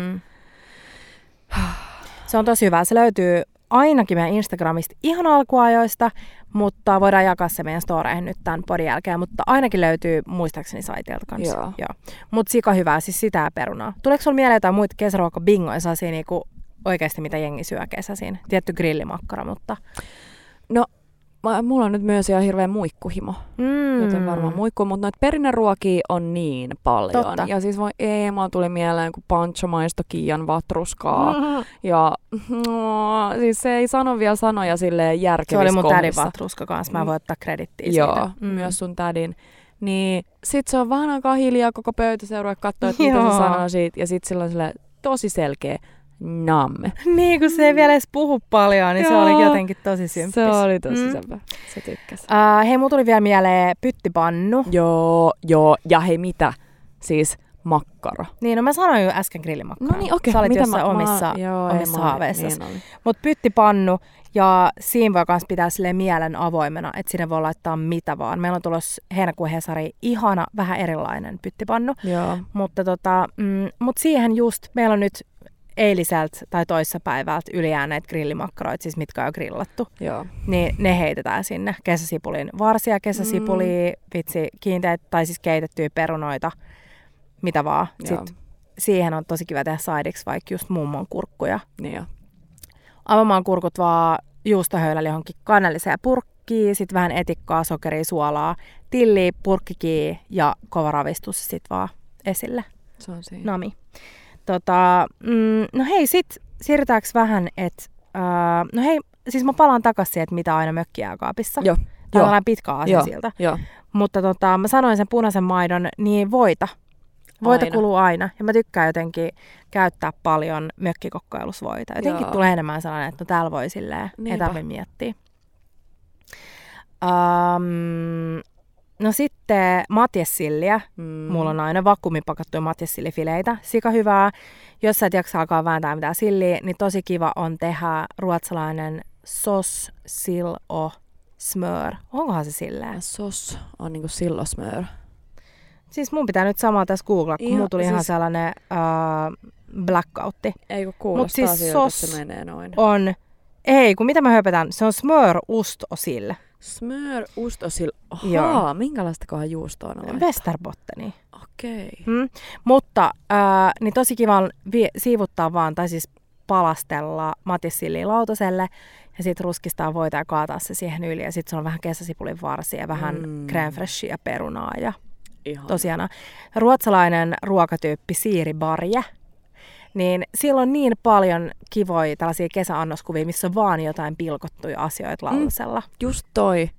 Se on tosi hyvä. Se löytyy ainakin meidän Instagramista ihan alkuajoista, mutta voidaan jakaa se meidän storeihin nyt tämän podin jälkeen. Mutta ainakin löytyy muistaakseni saiteilta kanssa. Joo. Mutta sika hyvää, siis sitä ja perunaa. Tuleeko sulla mieleen jotain muita kesäruokabingoja, sellaisia niinku oikeasti mitä jengi syö kesäisin? Tietty grillimakkara, mutta... No, mulla on nyt myös ihan hirveä muikkuhimo, joten varmaan muikku, mutta noita perinneruokia on niin paljon. Totta. Ja siis mulla tuli mieleen, kun pancho-maisto Kiian vatruskaa. Ja siis se ei sano vielä sanoja silleen järkevissä kohdissa. Se oli mun tädin kohdissa. vatruska kanssa, mä voin ottaa kredittiä Joo, siitä. myös sun tädin. Niin sit se on vähän aikaa hiljaa koko pöytäseura, katsoo, että mitä se sanoo siitä. Ja sit sillä on silleen tosi selkeä namme. Niin, kun se ei vielä edes puhu paljon, niin se oli jotenkin tosi symppis. Se oli tosi sepä. Se tykkäsi. Hei, mulla tuli vielä mieleen pyttipannu. Joo. Ja hei, mitä? Siis makkara. Niin, no mä sanoin jo äsken grillimakkara. No niin, okei. Sä olit jossain omissa haaveissasi. Niin mut pyttipannu, ja siinä voi myös pitää silleen mielen avoimena, että sinne voi laittaa mitä vaan. Meillä on tulossa heinäkuun Hesari ihana, vähän erilainen pyttipannu. Joo. Mutta mut siihen just, meillä on nyt eiliseltä tai toissapäivältä ylijääneet grillimakkaroita, siis mitkä on jo grillattu. Joo. Niin ne heitetään sinne. Kesäsipulin varsia, kesäsipulia, kiinteitä tai siis keitettyjä perunoita, mitä vaan. Sitten siihen on tosi kiva tehdä sideiksi vaikka just mummon kurkkuja. Niin jo. Avaamaan kurkut vaan juustohöylällä johonkin kannelliseen purkkiin, sitten vähän etikkaa, sokeria, suolaa, tilliä, purkkikia ja kova ravistus sitten vaan esille. Se on siinä. Nami. No hei, sit siirrytäänkö vähän, että no hei, siis mä palaan takaisin siihen, että mitä aina mökkijääkaapissa. Joo. Tämä on pitkä asia siltä. Joo. Mutta mä sanoin sen punaisen maidon, niin voita. Voita kuluu aina. Ja mä tykkään jotenkin käyttää paljon mökkikokkailusvoita. Jotenkin tulee enemmän sellainen, että no täällä voi silleen, ei tarvitse miettiä. No sitten matjessilliä. Mulla on aina vakuumipakattuja matjessillifileitä. Sika hyvää. Jos sä et jaksa alkaa vääntää mitään silliä, niin tosi kiva on tehdä ruotsalainen sos sillo smör. Onkohan se silleen? Sos on niinku sillo smör. Siis mun pitää nyt samalla tässä googlaa, kun mulla tuli ihan sellainen blackoutti. Ei kun kuulostaa siis siltä, että se menee noin. On, ei kun mitä mä höpötän, se on smör ust osil. Smör ust osil, ahaa, minkälaista kohan juustoa on laittaa? Västerbotteni. Okei. Mutta niin tosi kiva on siivuttaa vaan, tai siis palastella matissilliä lautaselle ja sitten ruskistaa voita ja kaataa se siihen yli. Ja sitten se on vähän kesäsipulin varsia ja vähän crème fraichea ja perunaa ja tosiaan ruotsalainen ruokatyyppi siiribarje. Niin siellä on niin paljon kivoja tällaisia kesäannoskuvia, missä on vaan jotain pilkottuja asioita lautasella. Just toi.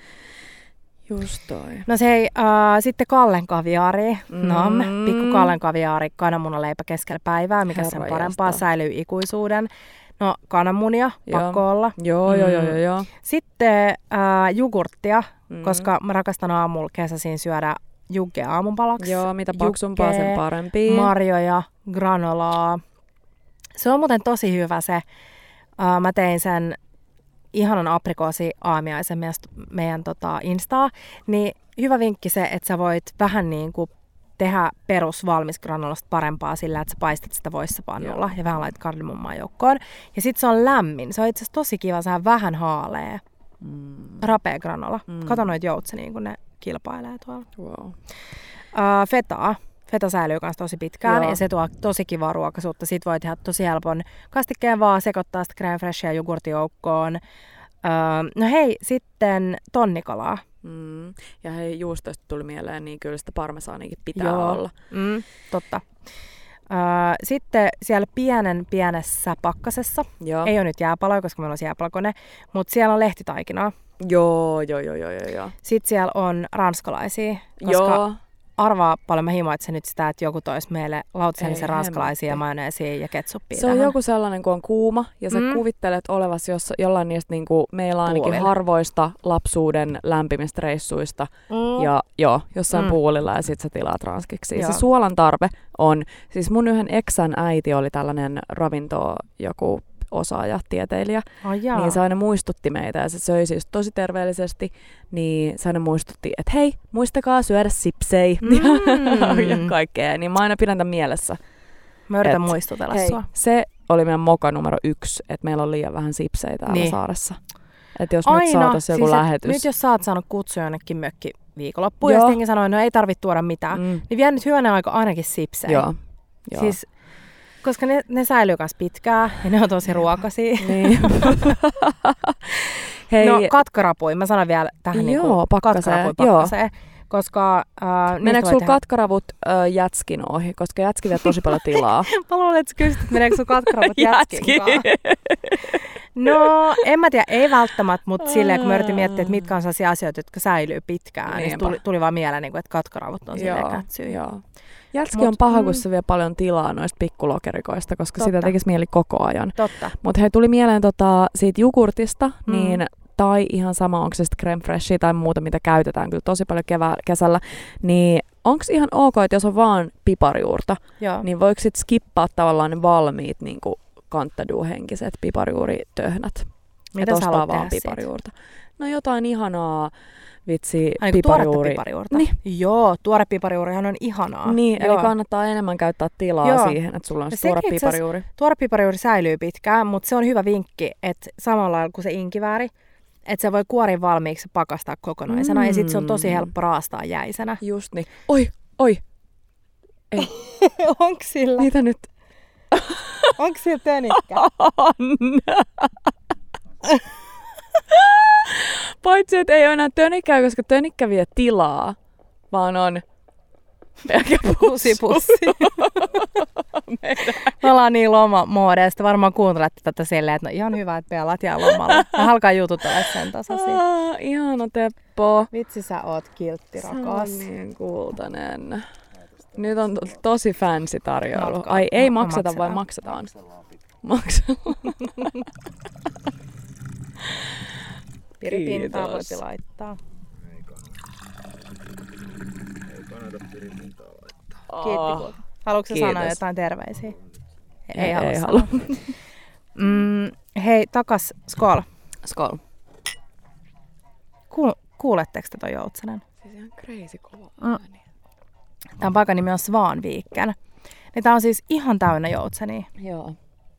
No se ei, sitten Kallen kaviaari. Pikku Kallen kaviaari, kananmunaleipä keskellä päivää, mikä sen parempaa, säilyy ikuisuuden. No kananmunia, pakko olla. Joo. Sitten jogurttia, koska mä rakastan aamulla kesäisin syödä juggea aamunpalaksi. Joo, mitä paksumpaa sen parempi. Marjoja, granolaa. Se on muuten tosi hyvä se. Mä tein sen ihanan aprikoosi-aamiaisen meidän Instaa. Niin hyvä vinkki se, että sä voit vähän niin kuin tehdä perusvalmisgranolasta parempaa sillä, että sä paistat sitä voissa pannulla ja vähän laitat kardemummaa joukkoon. Ja sit se on lämmin. Se on itse asiassa tosi kiva, se on vähän haalea. Rapea granola. Kato noita joutsenia, kun ne kilpailee tuolla. Wow. Fetaa. Feta säilyy myös tosi pitkään ja se tuo tosi kivaa ruokaisuutta. Siitä voi tehdä tosi helpon kastikkeen vaan, sekoittaa sitä crème fraîchea jogurtijoukkoon. No hei, sitten tonnikalaa. Ja hei, juustoista tuli mieleen, niin kyllä sitä parmesaanikin pitää olla. Totta. Sitten siellä pienessä pakkasessa, ei ole nyt jääpaloja, koska meillä on jääpalokone, mutta siellä on lehtitaikinaa. Joo. Sitten siellä on ranskalaisia, koska arvaa paljon mä himoitsen nyt sitä, että joku toisi meille lautasellisen ranskalaisia ja majoneesia ja ketsuppia. Se on joku sellainen, kun on kuuma ja sä kuvittelet olevasi jollain niistä niin kuin meillä ainakin harvoista lapsuuden lämpimistä reissuista ja jossain puulilla ja sit sä tilaat ranskiksi. Se suolan tarve on, siis mun yhden eksän äiti oli tällainen joku osaaja, tieteilijä, niin se aina muistutti meitä ja se söi siis tosi terveellisesti, niin se aina muistutti, että hei, muistakaa syödä sipsei ja kaikkea, niin mä aina pidän tämän mielessä. Mä yritän muistutella sua. Se oli meidän moka numero 1, että meillä on liian vähän sipsejä täällä saaressa. Että jos nyt saataisiin joku lähetys. Nyt jos sä oot saanut kutsuja jonnekin mökki viikonloppuun, ja sitten sanoi, no ei tarvitse tuoda mitään, niin vie nyt hyönä aika ainakin sipsejä. Joo. Siis koska ne säilyy myös pitkään ja ne on tosi ruokaisia. Niin. Hei. No katkarapuja, mä sanon vielä tähän katkarapuja. Koska meneekö sulla katkaravut jätskin ohi? Koska jätski vie tosi paljon tilaa. Mä luulen, että sä kysyt, että meneekö sun katkaravut jätskin No, en mä tiedä, ei välttämättä, mutta silleen, kun mä yritin miettiä, että mitkä on sellaisia asioita, jotka säilyy pitkään, niin tuli vaan mieleen, että katkaravut on silleen kätsyy. Jätski on paha, kun se vie paljon tilaa noista pikkulokerikoista, koska sitä tekisi mieli koko ajan. Totta. Mutta hei, tuli mieleen siitä jogurtista, niin tai ihan sama, onko se sitten crème freshia tai muuta, mitä käytetään kyllä tosi paljon kesällä, niin onko ihan ok, että jos on vaan piparjuurta, niin voiko sitten skippaa tavallaan ne valmiit niin kanttaduuhenkiset piparjuuritöhnät? Mitä sä haluat tehdä piparjuurta? No jotain ihanaa, vitsi, piparjuuri. Niin. Joo, tuore piparjuurihan on ihanaa. Niin, eli kannattaa enemmän käyttää tilaa siihen, että sulla on tuore piparjuuri. Tuore piparjuuri säilyy pitkään, mutta se on hyvä vinkki, että samalla lailla kuin se inkivääri, että se voi kuoria valmiiksi pakastaa kokonaisena ja sitten se on tosi helppo raastaa jäisenä. Just niin. Oi. Ei. Onko sillä? Mitä nyt? Onko sillä tönikkä? Paitsi, että ei ole enää tönikkää, koska tönikkä vie tilaa, vaan on pelkä pussi. Me ollaan niin lomamuodeista. Varmaan kuuntelette tätä silleen, että no ihan hyvä, että pelat jää lomalla. Mä alkaa jututella sen tasaisesti. Ihana Teppo. Vitsi, sä oot kiltti, rakas. Se on niin kultainen. Nyt on tosi fancy tarjoulu. Ai ei makseta vai maksetaan? Maksellaan. Piripintaa voipi laittaa. Ei kannata piripintaa laittaa. Kiitti. Haluatko sanoa jotain terveisiä? Ei halua. Hei, takas skol. Skol. Kuuletteko te toi Joutsanen? Siis ihan crazy kova ääni. Tämän paikan nimi on Svanviken. Niin tää on siis ihan täynnä joutsenia. Joo.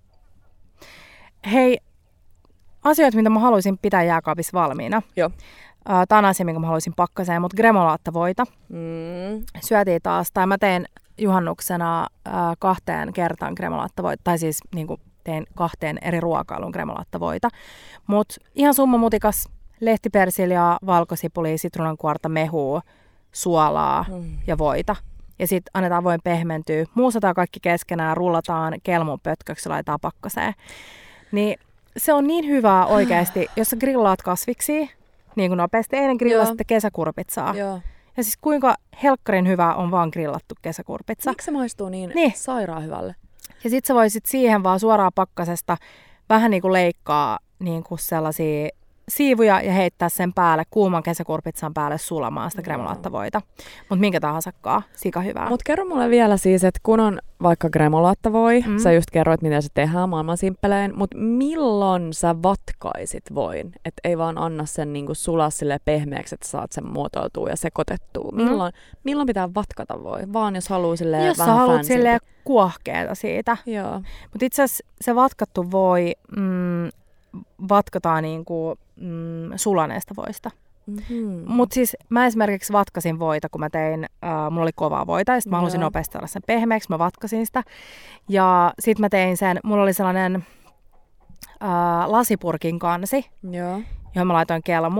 Hei, asioita, mitä mä haluaisin pitää jääkaapissa valmiina. Joo. Tää on asia, minkä mä haluaisin pakkaseen, mutta gremolaattavoita. Syötiin taas, tai mä tein juhannuksena 2 kertaan gremolaattavoita, tai siis niinku tein 2 eri ruokailun gremolaattavoita. Mut ihan summamutikas, lehtipersiljaa, valkosipulia, sitruunankuorta, mehua, suolaa ja voita. Ja sitten annetaan voin pehmentyä, muusataan kaikki keskenään, rullataan kelmun pötköksi ja laitetaan pakkaseen. Niin se on niin hyvää oikeasti, jos sä grillaat kasviksia, niin kuin nopeasti. Eilen grillasitte kesäkurpitsaa. Joo. Ja siis kuinka helkkarin hyvää on vaan grillattu kesäkurpitsa. Miksi se maistuu niin sairaan hyvälle? Ja sit sä voisit siihen vaan suoraan pakkasesta vähän niin kuin leikkaa niin kuin sellaisia siivuja ja heittää sen päälle, kuuman kesäkurpitsan päälle sulamaan sitä gremolaattavoita. Mutta minkä tahasakkaa, sika hyvää. Mutta kerro mulle vielä siis, että kun on vaikka gremolaattavoi, sä just kerroit, miten se tehdään maailman simppelein, mutta milloin sä vatkaisit voin? Että ei vaan anna sen niinku sulaa silleen pehmeäksi, että saat sen muotoutua ja sekoitettua. Milloin pitää vatkata voi? Vaan jos haluaa silleen jos vähän sä haluat fansilti. silleen kuohkeeta siitä. Joo. Mutta itse asiassa se vatkattu voi vatkataan niinku sulaneesta voista. Mutta siis mä esimerkiksi vatkasin voita, kun mä tein, mulla oli kovaa voita, ja sitten mä halusin nopeasti saada sen pehmeäksi, mä vatkasin sitä. Ja sitten mä tein sen, mulla oli sellainen lasipurkin kansi, johon mä laitoin kelmua.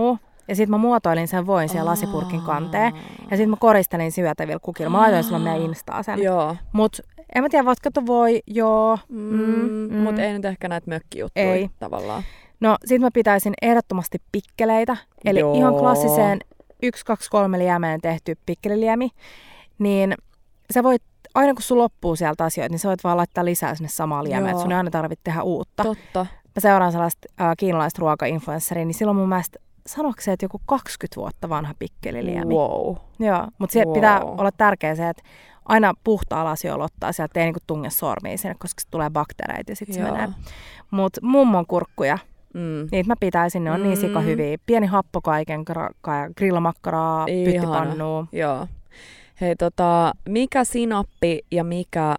ja sitten mä muotoilin sen voin siellä lasipurkin kanteen. Ja sitten mä koristelin syötävillä kukilla. Mä laitoin silloin meidän Instaa sen. Joo. Mut en mä tiedä, voitko voi, joo. Mut ei nyt ehkä näitä mökkijuttuja tavallaan. No sit mä pitäisin ehdottomasti pikkeleitä. Eli ihan klassiseen 1, 2, 3 liemeen tehty pikkeliliemi. Niin sä voit, aina kun sun loppuu sieltä asioita, niin sä voit vaan laittaa lisää sinne samaa liemeä. Että sun ei aina tarvitse tehdä uutta. Totta. Mä seuraan sellaista kiinalaista ruoka-influenceria, niin silloin mun mielestä sanoiko se, että joku 20 vuotta vanha pikkeliliemi. Wow. Joo, mutta se pitää olla tärkeää se, että aina puhtaalla asioilla ottaa sieltä, ei niinku tunge sormiin sinne, koska se tulee bakteereita ja sitten se menee. Mutta mummon kurkkuja, niitä mä pitäisin, ne on niin sika hyviä. Pieni happokaiken, grillamakkaraa, pyttipannua. Joo. Hei mikä sinappi ja mikä,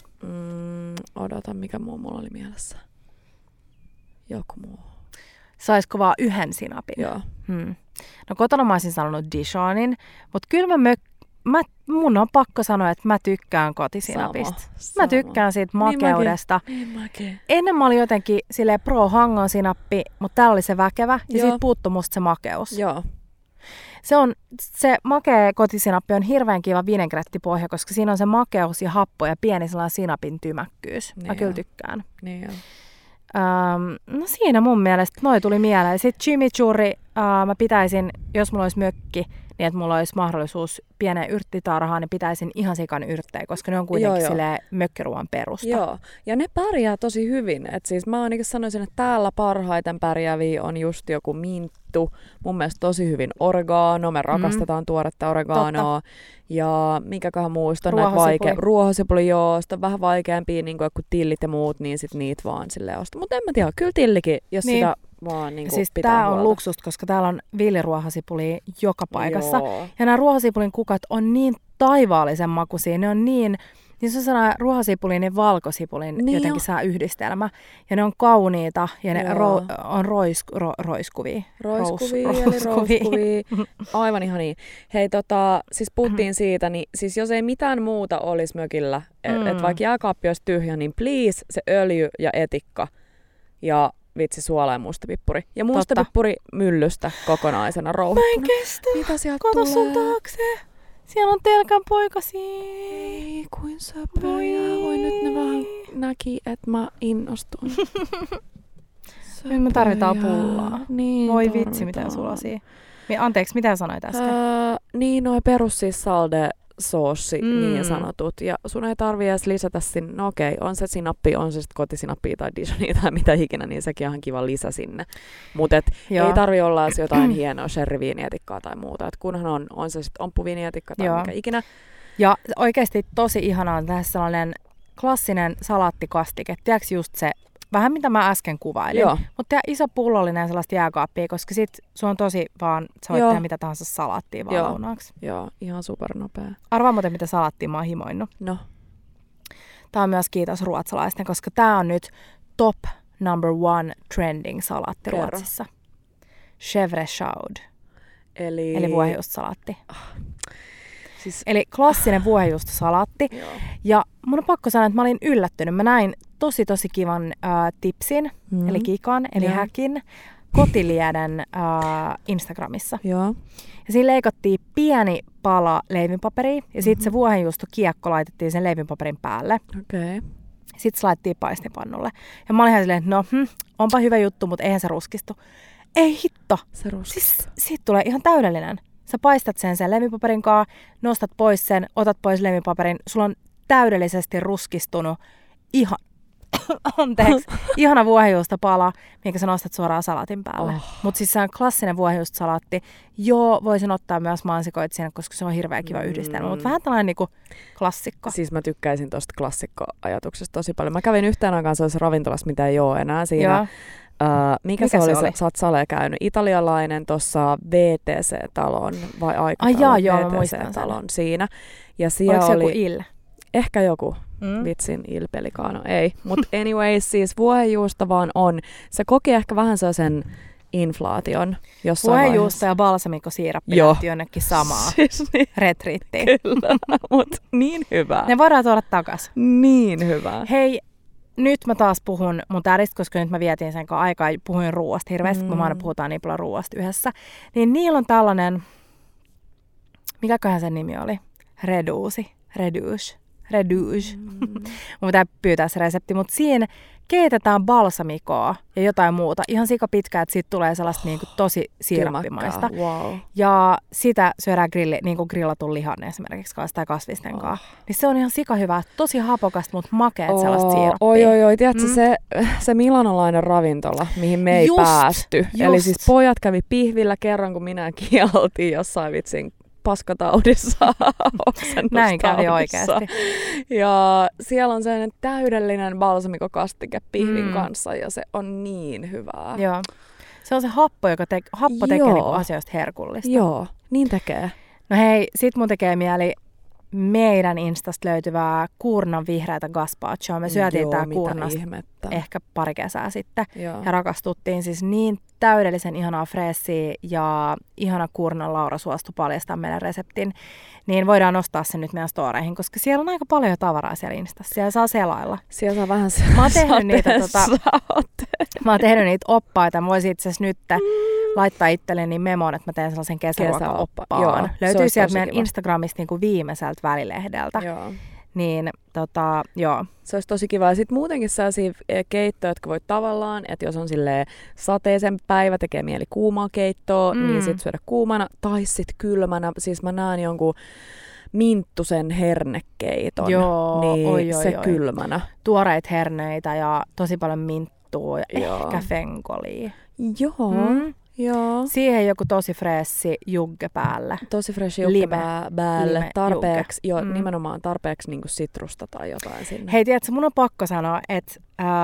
mikä muu mulla oli mielessä? Joku muu. Saisiko vaan yhden sinapin? Joo. No kotona mä olisin sanonut Dijonin, mutta kyllä mun on pakko sanoa, että mä tykkään kotisinapista. Mä tykkään siitä makeudesta. Niin ennen mä olin jotenkin silleen pro-hangon sinappi, mutta täällä oli se väkevä ja siitä puuttui musta se makeus. Joo. Se makea kotisinappi on hirveän kiva vinegrettipohja, koska siinä on se makeus ja happo ja pieni sellainen sinapin tymäkkyys. Mä kyllä tykkään. Niin no siinä mun mielestä noi tuli mieleen. Sitten chimichurri mä pitäisin, jos mulla olisi mökki, niin että mulla olisi mahdollisuus pieneen yrttitarhaan, niin pitäisin ihan sikan yrttejä, koska ne on kuitenkin silleen mökkiruoan perusta. Joo, ja ne pärjää tosi hyvin. Et siis mä ainakin sanoisin, että täällä parhaiten pärjääviä on just joku minttu. Mun mielestä tosi hyvin oregano, me rakastetaan tuoretta oreganoa. Ja mikäköhän muusta, ruohosipuli, joo, sitä on vähän vaikeampia, niin kuin tillit ja muut, niin sit niitä vaan silleen ostaa. Mutta en mä tiedä, kyllä tillikin, jos sitä vaan niin siis pitää tää huolta. on luksusta, koska täällä on villiruohosipuli joka paikassa. Joo. Ja nämä ruohosipulin kukat on niin taivaallisen makuisia, ne on niin se on sellainen ruohosipulin ja valkosipulin jotenkin saa yhdistelmä. Ja ne on kauniita ja ne on roiskuvia. Roiskuvia. Aivan ihan niin. Hei, siis puhuttiin siitä, niin siis jos ei mitään muuta olisi mökillä, että vaikka jääkaappi olisi tyhjä, niin please se öljy ja etikka ja vitsi suola ja mustapippuri. Ja mustapippuri myllystä kokonaisena rouhittuna. Mä en kestä. Mitä sieltä tulee? Sun taakse. Siellä on telkän poikasi. Ei, kuin söpöjä. Voi nyt ne vähän näki, että mä innostuin. Nyt me tarvitaan pullaa. Niin, voi vitsi, mitä sulasia. Anteeksi, mitä sanoit äsken? Niin, noi perus siis salde soossi niin sanotut. Ja sun ei tarvii edes lisätä sinne, no okei, on se sinappi, on se sitten kotisinappia tai Dijonia tai mitä ikinä, niin sekin on ihan kiva lisä sinne. Mutta ei tarvii olla jotain hienoa sherryviinietikkaa tai muuta. Et kunhan on se sitten omppuviinietikka tai mikä ikinä. Ja oikeasti tosi ihanaa on tehdä sellainen klassinen salaattikastike. Tiedätkö just se, vähän mitä mä äsken kuvailin. Mutta iso pullollinen sellaista jääkaappia, koska sit se on tosi vaan, sä voit tehdä mitä tahansa salaattia vaan lounaaksi. Joo, ihan supernopea. Arvaa muuten, mitä salaattia mä oon himoinut. No. Tää on myös kiitos ruotsalaisten, koska tää on nyt top number 1 trending salaatti Ruotsissa. Chèvre-chaud. Eli vuohenjuustosalaatti. Siis eli klassinen vuohenjuustosalaatti. Ja mun on pakko sanoa, että mä olin yllättynyt. Mä näin tosi kivan tipsin, eli kikan, eli häkin, kotilieden Instagramissa. Joo. Ja siinä leikattiin pieni pala leivinpaperia, ja sitten se vuohenjuustokiekko laitettiin sen leivinpaperin päälle. Okei. Sitten se laitettiin paistipannulle. Ja mä olin ihan silleen, että onpa hyvä juttu, mutta eihän se ruskistu. Ei hitto! Se ruskistu. Siis siitä tulee ihan täydellinen. Sä paistat sen leivinpaperin kanssa, nostat pois sen, otat pois leivinpaperin. Sulla on täydellisesti ruskistunut ihana vuohenjuustopala, minkä sä nostat suoraan salaatin päälle. Mutta siis se on klassinen vuohenjuustosalaatti. Joo, voisin ottaa myös mansikoita siinä, koska se on hirveän kiva yhdistelmä. Mutta vähän tällainen niinku klassikko. Siis mä tykkäisin tosta klassikkoajatuksesta tosi paljon. Mä kävin yhteen aikaan sellaisessa ravintolassa, mitä ei ole enää siinä. Joo. Mikä se oli? Sä oot Sale käynyt. Italialainen tuossa VTC-talon vai aikataulun VTC-talon siinä. Ja siellä oliko oli joku Il? Ehkä joku. Vitsin Il Pellicano. Ei. Mutta anyways, siis vuohenjuusto vaan on. Se koki ehkä vähän sellaisen inflaation jossain vaiheessa. Vuohenjuusto ja balsamikkosiirappi lähti jonnekin samaa siis niin. retriittiin. Kyllä, mutta niin hyvä. Ne voidaan tuoda takas. Niin hyvä. Hei, nyt mä taas puhun mun tädistä, koska nyt mä vietin sen kanssa aikaa ja puhuin ruoasta hirveästi, kun me aina puhutaan niin paljon ruoasta yhdessä. Niin niillä on tällainen, mikäköhän sen nimi oli? Reduce. Mun pitää pyytää se resepti, mutta siinä keitetään balsamikoa ja jotain muuta. Ihan sika pitkään, että siitä tulee sellaista niinku tosi siirappimaista. Wow. Ja sitä syödään niinku grillatun lihan esimerkiksi kanssa tai kasvisten kanssa. Niin se on ihan sika hyvää. Tosi hapokasta, mutta makeet sellaista siirappia. Oi. Tiedätkö, se milanolainen ravintola, mihin me ei päästy. Eli siis pojat kävi pihvillä kerran, kun minä kieltiin jossain vitsin paskataudissa, Näin kävi oikeasti. Ja siellä on sellainen täydellinen balsamikokastike pihvin kanssa ja se on niin hyvää. Joo. Se on se happo, joka tekee niinku asioista herkullista. Joo, niin tekee. No hei, sit mun tekee mieli meidän Instasta löytyvää kuurnan vihreätä gazpachoa. Me syötiin tää kuurnasta ehkä pari kesää sitten. Joo. Ja rakastuttiin siis niin täydellisen ihanaa freessiä ja ihana kuurnan Laura suostui paljastaa meidän reseptin. Niin voidaan nostaa sen nyt meidän storeihin, koska siellä on aika paljon tavaraa siellä Instassa. Siellä saa selailla. Siellä saa vähän mä oon tehnyt niitä oppaita. Mä voisin itse asiassa nyt laittaa itselleni memoon, että mä teen sellaisen kesäruoka-oppaan. Löytyy sieltä meidän kiva. Instagramista niin kuin viimeiseltä välilehdeltä. Joo. Niin, joo. Se olisi tosi kiva. Ja sitten muutenkin sellaisia keittoja, jotka voi tavallaan, että jos on silleen sateisen päivä, tekee mieli kuumaa keittoa, niin sitten syödä kuumana tai sitten kylmänä. Siis mä näen jonkun minttusen hernekeiton, niin se kylmänä. Tuoreita herneitä ja tosi paljon minttua ja ehkä fenkolia. Joo. Joo. Siihen joku tosi freshi jugge päälle. Tosi freshi jugge päälle. Tarpeeksi, nimenomaan tarpeeksi niinku sitrusta tai jotain sinne. Hei, tiedätkö, mun on pakko sanoa, että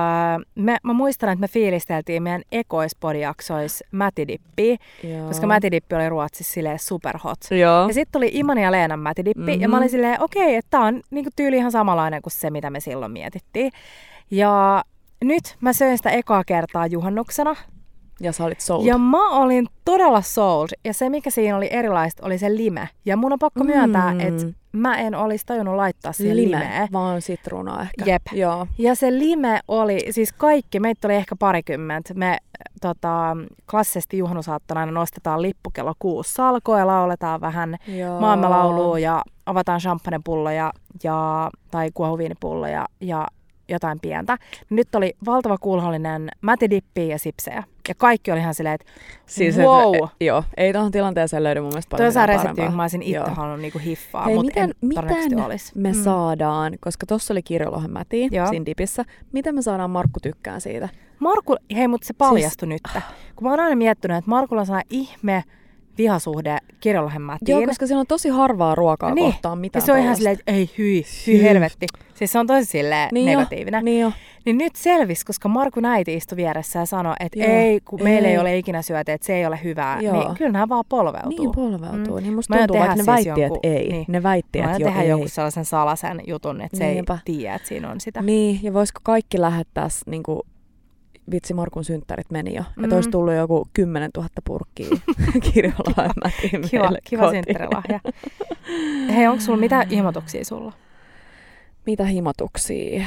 mä muistan, että me fiilisteltiin meidän ekoispodijaksois mätidippiä, koska mätidippi oli Ruotsissa silleen superhot. Joo. Ja sitten tuli Imani ja Leenan mätidippi, ja mä olin silleen, okei, että tää on niinku tyyli ihan samanlainen kuin se, mitä me silloin mietittiin. Ja nyt mä söin sitä ekaa kertaa juhannuksena. Ja sä olit sold. Ja mä olin todella sold. Ja se, mikä siinä oli erilaista, oli se lime. Ja mun on pakko myöntää, että mä en olisi tajunnut laittaa siihen limeä. Vaan sitruunaa ehkä. Jep. Joo. Ja se lime oli, siis kaikki, meitä oli ehkä 20. Me klassisesti juhannusaattona aina nostetaan lippu kello 6 salkoa ja lauletaan vähän maamme laulua ja avataan champagnepulloja tai kuohuviinipulloja ja jotain pientä. Nyt oli valtava kulhollinen mätidippi ja sipsejä. Ja kaikki oli ihan silleen, että siis wow. Joo, ei tuohon tilanteeseen löydy mun mielestä paljon parempaa. Tuo resepti, mä olisin itse halunnut niinku hiffaa, mutta todennäköisesti olisi. Me saadaan, koska tossa oli kirjolohen mätiä siinä dipissä, miten me saadaan Markku tykkään siitä? Markku, hei, mutta se paljastui nyt. Kun mä oon aina miettinyt, että Markulla on sellainen ihme vihasuhde kirjolohen mätiin. Joo, koska siellä on tosi harvaa ruokaa kohtaan mitään. Ja se on ihan silleen, että ei hyi helvetti. Siis se on tosi silleen negatiivinen. Niin nyt selvisi, koska Markun äiti istui vieressä ja sanoi, että meillä ei ole ikinä syöty, että se ei ole hyvää. Niin kyllä nämä vaan polveutuu. Niin polveutuu. Niin musta tuntuu, vaikka ne väitti, että ei. Niin. Ne väitti, että ei. Mä tehdä jonkun sellaisen salaisen jutun, että se ei tiedä, että siinä on sitä. Niin, ja voisiko kaikki lähettää niinku vitsi, Markun synttärit meni jo. Että olisi tullut joku 10 000 purkkiä kirjolohen mätiin Kiva synttärilahja. Hei, onko sulla mitä himotuksia sulla? Mitä himotuksia?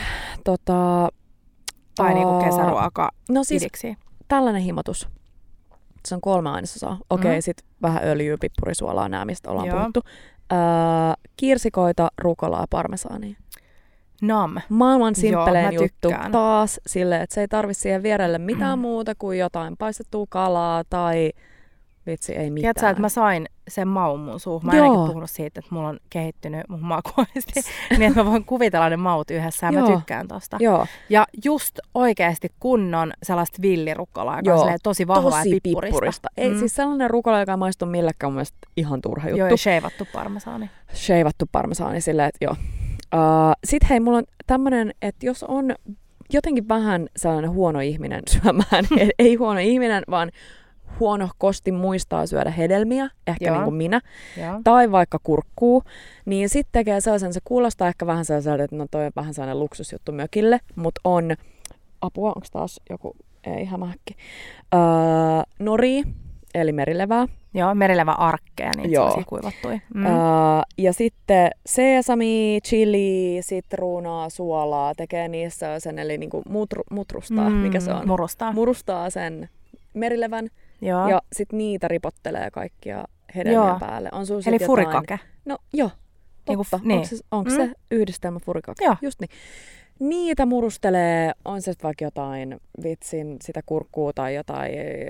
Tai niinku kesäruoka idiksi. Tällainen himotus. Se on 3 ainesosaa. Okei, sit vähän öljyä, pippurisuolaa, nää mistä ollaan puhuttu. Kirsikoita, rukolaa ja parmesaania. Maailman simppelein juttu. Taas silleen, että se ei tarvitse siihen vierelle mitään muuta kuin jotain paistettua kalaa tai vitsi ei mitään. Tiedätkö, että mä sain sen maun mun suuhun. Mä en ainakin puhunut siitä, että mulla on kehittynyt mun makuaisti. Niin, että mä voin kuvitella ne maut yhdessä ja mä tykkään tosta. Joo. Ja just oikeasti kunnon sellaista villirukkolaa, joka on tosi vahvaa ja pippurista. Ei, siis sellainen rukola, joka ei maistu millekään mun mielestä ihan turha juttu. Joo, ja sheivattu parmesaani. Sheivattu parmesaani silleen, että joo. Sitten hei, mulla on tämmönen, että jos on jotenkin vähän sellainen huono ihminen syömään, ei huono ihminen, vaan huono kosti muistaa syödä hedelmiä, ehkä niin kuin minä, tai vaikka kurkkuu, niin sitten tekee sellaisen, se kuulostaa ehkä vähän sellaiselta, että no toi on vähän sellainen luksusjuttu mökille, mutta on, apua, onko taas joku, ei hämähäkki, nori, eli merilevää. Joo, merilevä arkkeja, niin Joo. sellaisia kuivattui. Ja sitten sesami, chili, sitruunaa, suolaa, tekee niissä sen, eli niinku mutrustaa, mikä se on? Murustaa sen merilevän. Joo. Ja sitten niitä ripottelee kaikkia hedelmien päälle. On sulla eli jotain... furikake. No joo, totta. Niin. Onko se yhdistelmä furikake? Joo. Just niin. Niitä murustelee, on se vaikka jotain vitsin sitä kurkkuu tai jotain,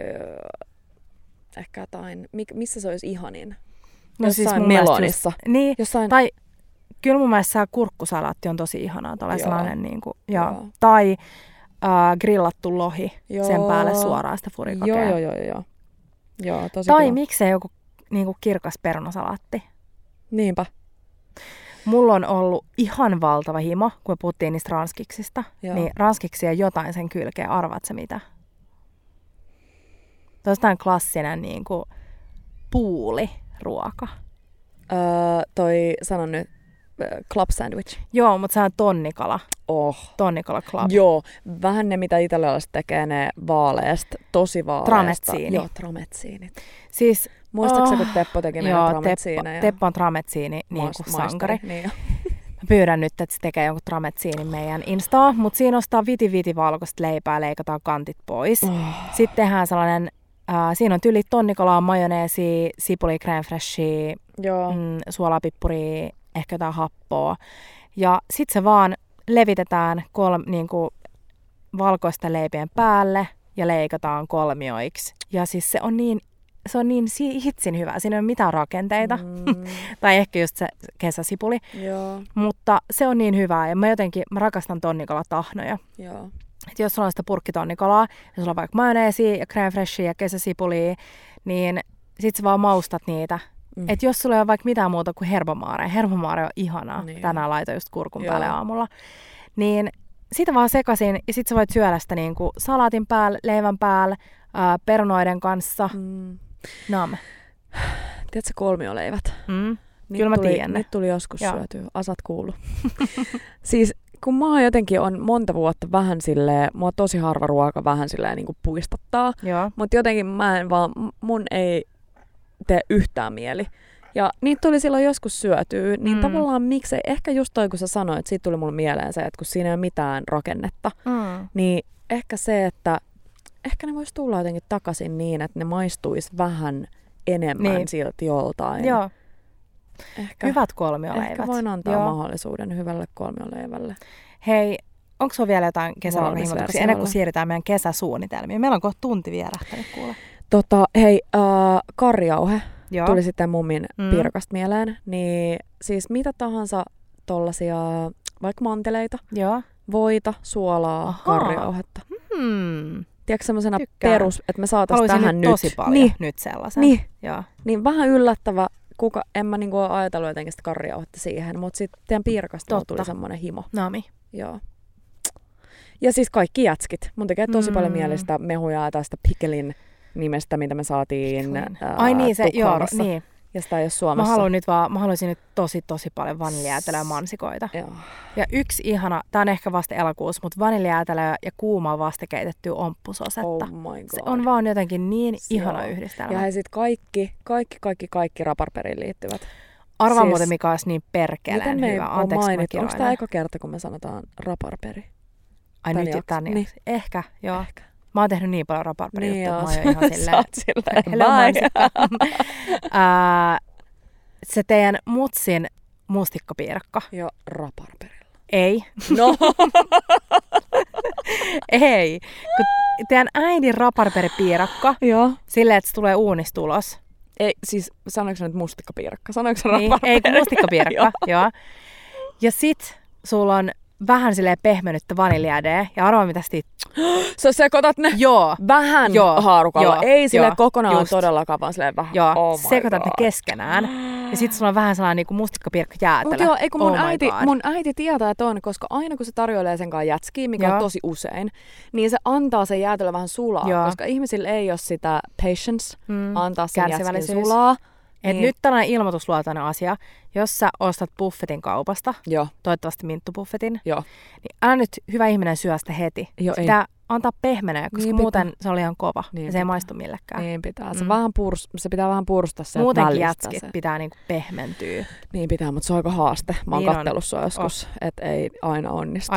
ehkä jotain, missä se olisi ihanin? No jossain siis melonissa. Niin, jossain... tai kyllä mun mielestä kurkkusalaatti on tosi ihanaa. Sellainen, Joo. Tai grillattu lohi, Joo. sen päälle suoraan sitä furikakea. Joo, tosi tai kiva. miksei joku kirkas perunasalaatti. Niinpä. Mulla on ollut ihan valtava himo, kun me puhuttiin niistä ranskiksista. Joo. Niin ranskiksia jotain sen kylkeen, arvaat sä mitä? Tuostain klassinen puuliruoka. Sano nyt, club sandwich. Joo, mutta se on tonnikala. Tonnikala club. Joo, vähän ne mitä italialaiset tekee, ne vaaleesta, tosi vaaleesta. Tramezzini. Joo, tramezzini. Siis, muistaakseni, kun Teppo teki meille tramezzini? Teppo on tramezzini niin kuin sankari. Niin. Mä pyydän nyt, että se tekee jonkun tramezzinin meidän Instaa, mutta siinä ostaa viti valkoista leipää ja leikataan kantit pois. Sitten tehdään sellainen, siinä on tyyli tonnikalaa, majoneesia, sipuli, crème fraîchea, suolaa, pippuria, ehkä jotain happoa. Ja sitten se vaan levitetään valkoisten leipien päälle ja leikataan kolmioiksi. Ja siis se on niin hitsin hyvä. Siinä ei ole mitään rakenteita. Tai ehkä just se kesäsipuli. Joo. Mutta se on niin hyvää. Ja mä rakastan tonnikalatahnoja. Joo. Et jos sulla on sitä purkkitonnikalaa, ja sulla on vaikka majoneesia ja crème fraîchea ja kesäsipulia, niin sit sä vaan maustat niitä. Et jos sulla ei ole vaikka mitään muuta kuin herbomaare on ihanaa. Niin. Tänään laitoin just kurkun päälle aamulla. Niin sitä vaan sekasin ja sit sä voit syödä sitä salaatin päällä, leivän päällä, perunoiden kanssa. Nam. Tiedätkö kolmioleivät? Kyllä mä tiedän ne. Nyt tuli joskus syötyä. Asat kuulu. Siis kun mä jotenkin on monta vuotta vähän silleen, mua tosi harva ruoka vähän silleen niin kuin puistattaa. Mutta jotenkin mun ei tee yhtään mieli. Ja niitä tuli silloin joskus syötyä, niin tavallaan miksei, ehkä just toi kun sä sanoit, siitä tuli mulle mieleen se, että kun siinä ei ole mitään rakennetta, niin ehkä se, että ehkä ne vois tulla jotenkin takaisin niin, että ne maistuisi vähän enemmän silti joltain. Joo. Hyvät kolmioleivät. Ehkä voin antaa mahdollisuuden hyvälle kolmioleivälle. Hei, onko sulla vielä jotain kesäruokahimoituksia ennen kuin siirrytään meidän kesäsuunnitelmiin? Meillä on kohta tunti vierähtänyt, kuule. Hei, karjauhe tuli sitten mummin piirakasta mieleen. Niin siis mitä tahansa tollasia, vaikka manteleita, voita, suolaa, karjauhetta. Tiedätkö semmosena perus, että me saatais tähän nyt. Tosi paljon nyt sellaisen. Niin vähän yllättävä. En mä ole ajatellut jotenkin sitä karjauhetta siihen, mutta sitten teidän piirakasta tuli semmoinen himo. Nami. Joo. Ja siis kaikki jätskit. Mun tekee tosi paljon mielistä mehuja tai sitä pikelin nimestä, mitä me saatiin Tukholmassa. Niin. Ja sitä ei ole Suomessa. Mä haluaisin nyt tosi paljon vaniljäätelöä ja mansikoita. Joo. Ja yksi ihana, tää on ehkä vasta elokuussa, mutta vaniljäätelöä ja kuumaa vastakeitettyä omppusosetta. Oh my God. Se on vaan jotenkin niin ihana yhdistelmä. Ja sit kaikki raparperiin liittyvät. Arvaa siis, muuten, mikä olisi niin perkeleen hyvä. Anteeksi, onko tämä eka kerta, kun me sanotaan raparperi? Ai nyt tänne. Niin. Ehkä, joo. Ehkä. Mä oon tehnyt niin paljon raparperi niin juttuja, että mä oon jo ihan silleen. Hello, mansikka. Se teidän mutsin mustikkapiirakka. Joo, raparperilla. Ei. No. Ei. Kun teidän äidin raparperipiirakka, silleen, että se tulee uunistulos. Ei, siis sanoinko sä nyt mustikkapiirakka? Sanoinko sä raparperi? Ei, mustikkapiirakka, joo. Ja sit sulla on vähän silleen pehmenyttä vaniljäädeä. Ja arvaa mitä siitä. Sä sekoitat ne vähän haarukalla. Ei silleen kokonaan just todellakaan, vaan silleen vähän. Joo, sekoitat ne keskenään. Ja sit sulla on vähän sellainen niinku mustikkapiirakka jäätelö. Mut joo, ei kun mun äiti tietää ton, koska aina kun se tarjoilee sen kanssa jätskiä, mikä on tosi usein, niin se antaa sen jäätelö vähän sulaa. Koska ihmisillä ei ole sitä patience antaa sen jätskin sulaa. Et nyt tällainen ilmoitusluontoinen asia, jos sä ostat buffetin kaupasta, toivottavasti minttubuffetin, niin älä nyt hyvä ihminen syö sitä heti. Sitä antaa pehmenee, koska Niin muuten se oli ihan kova Niin ja se ei pitää. maistu millekään. Niin pitää. Se pitää vähän purstaa sieltä Muutenkin välistä jätskit se. pitää niinku pehmentyä. Niin pitää, mutta se on aika haaste. Mä oon Niin on. kattellut sua joskus, että ei aina onnistu. Ai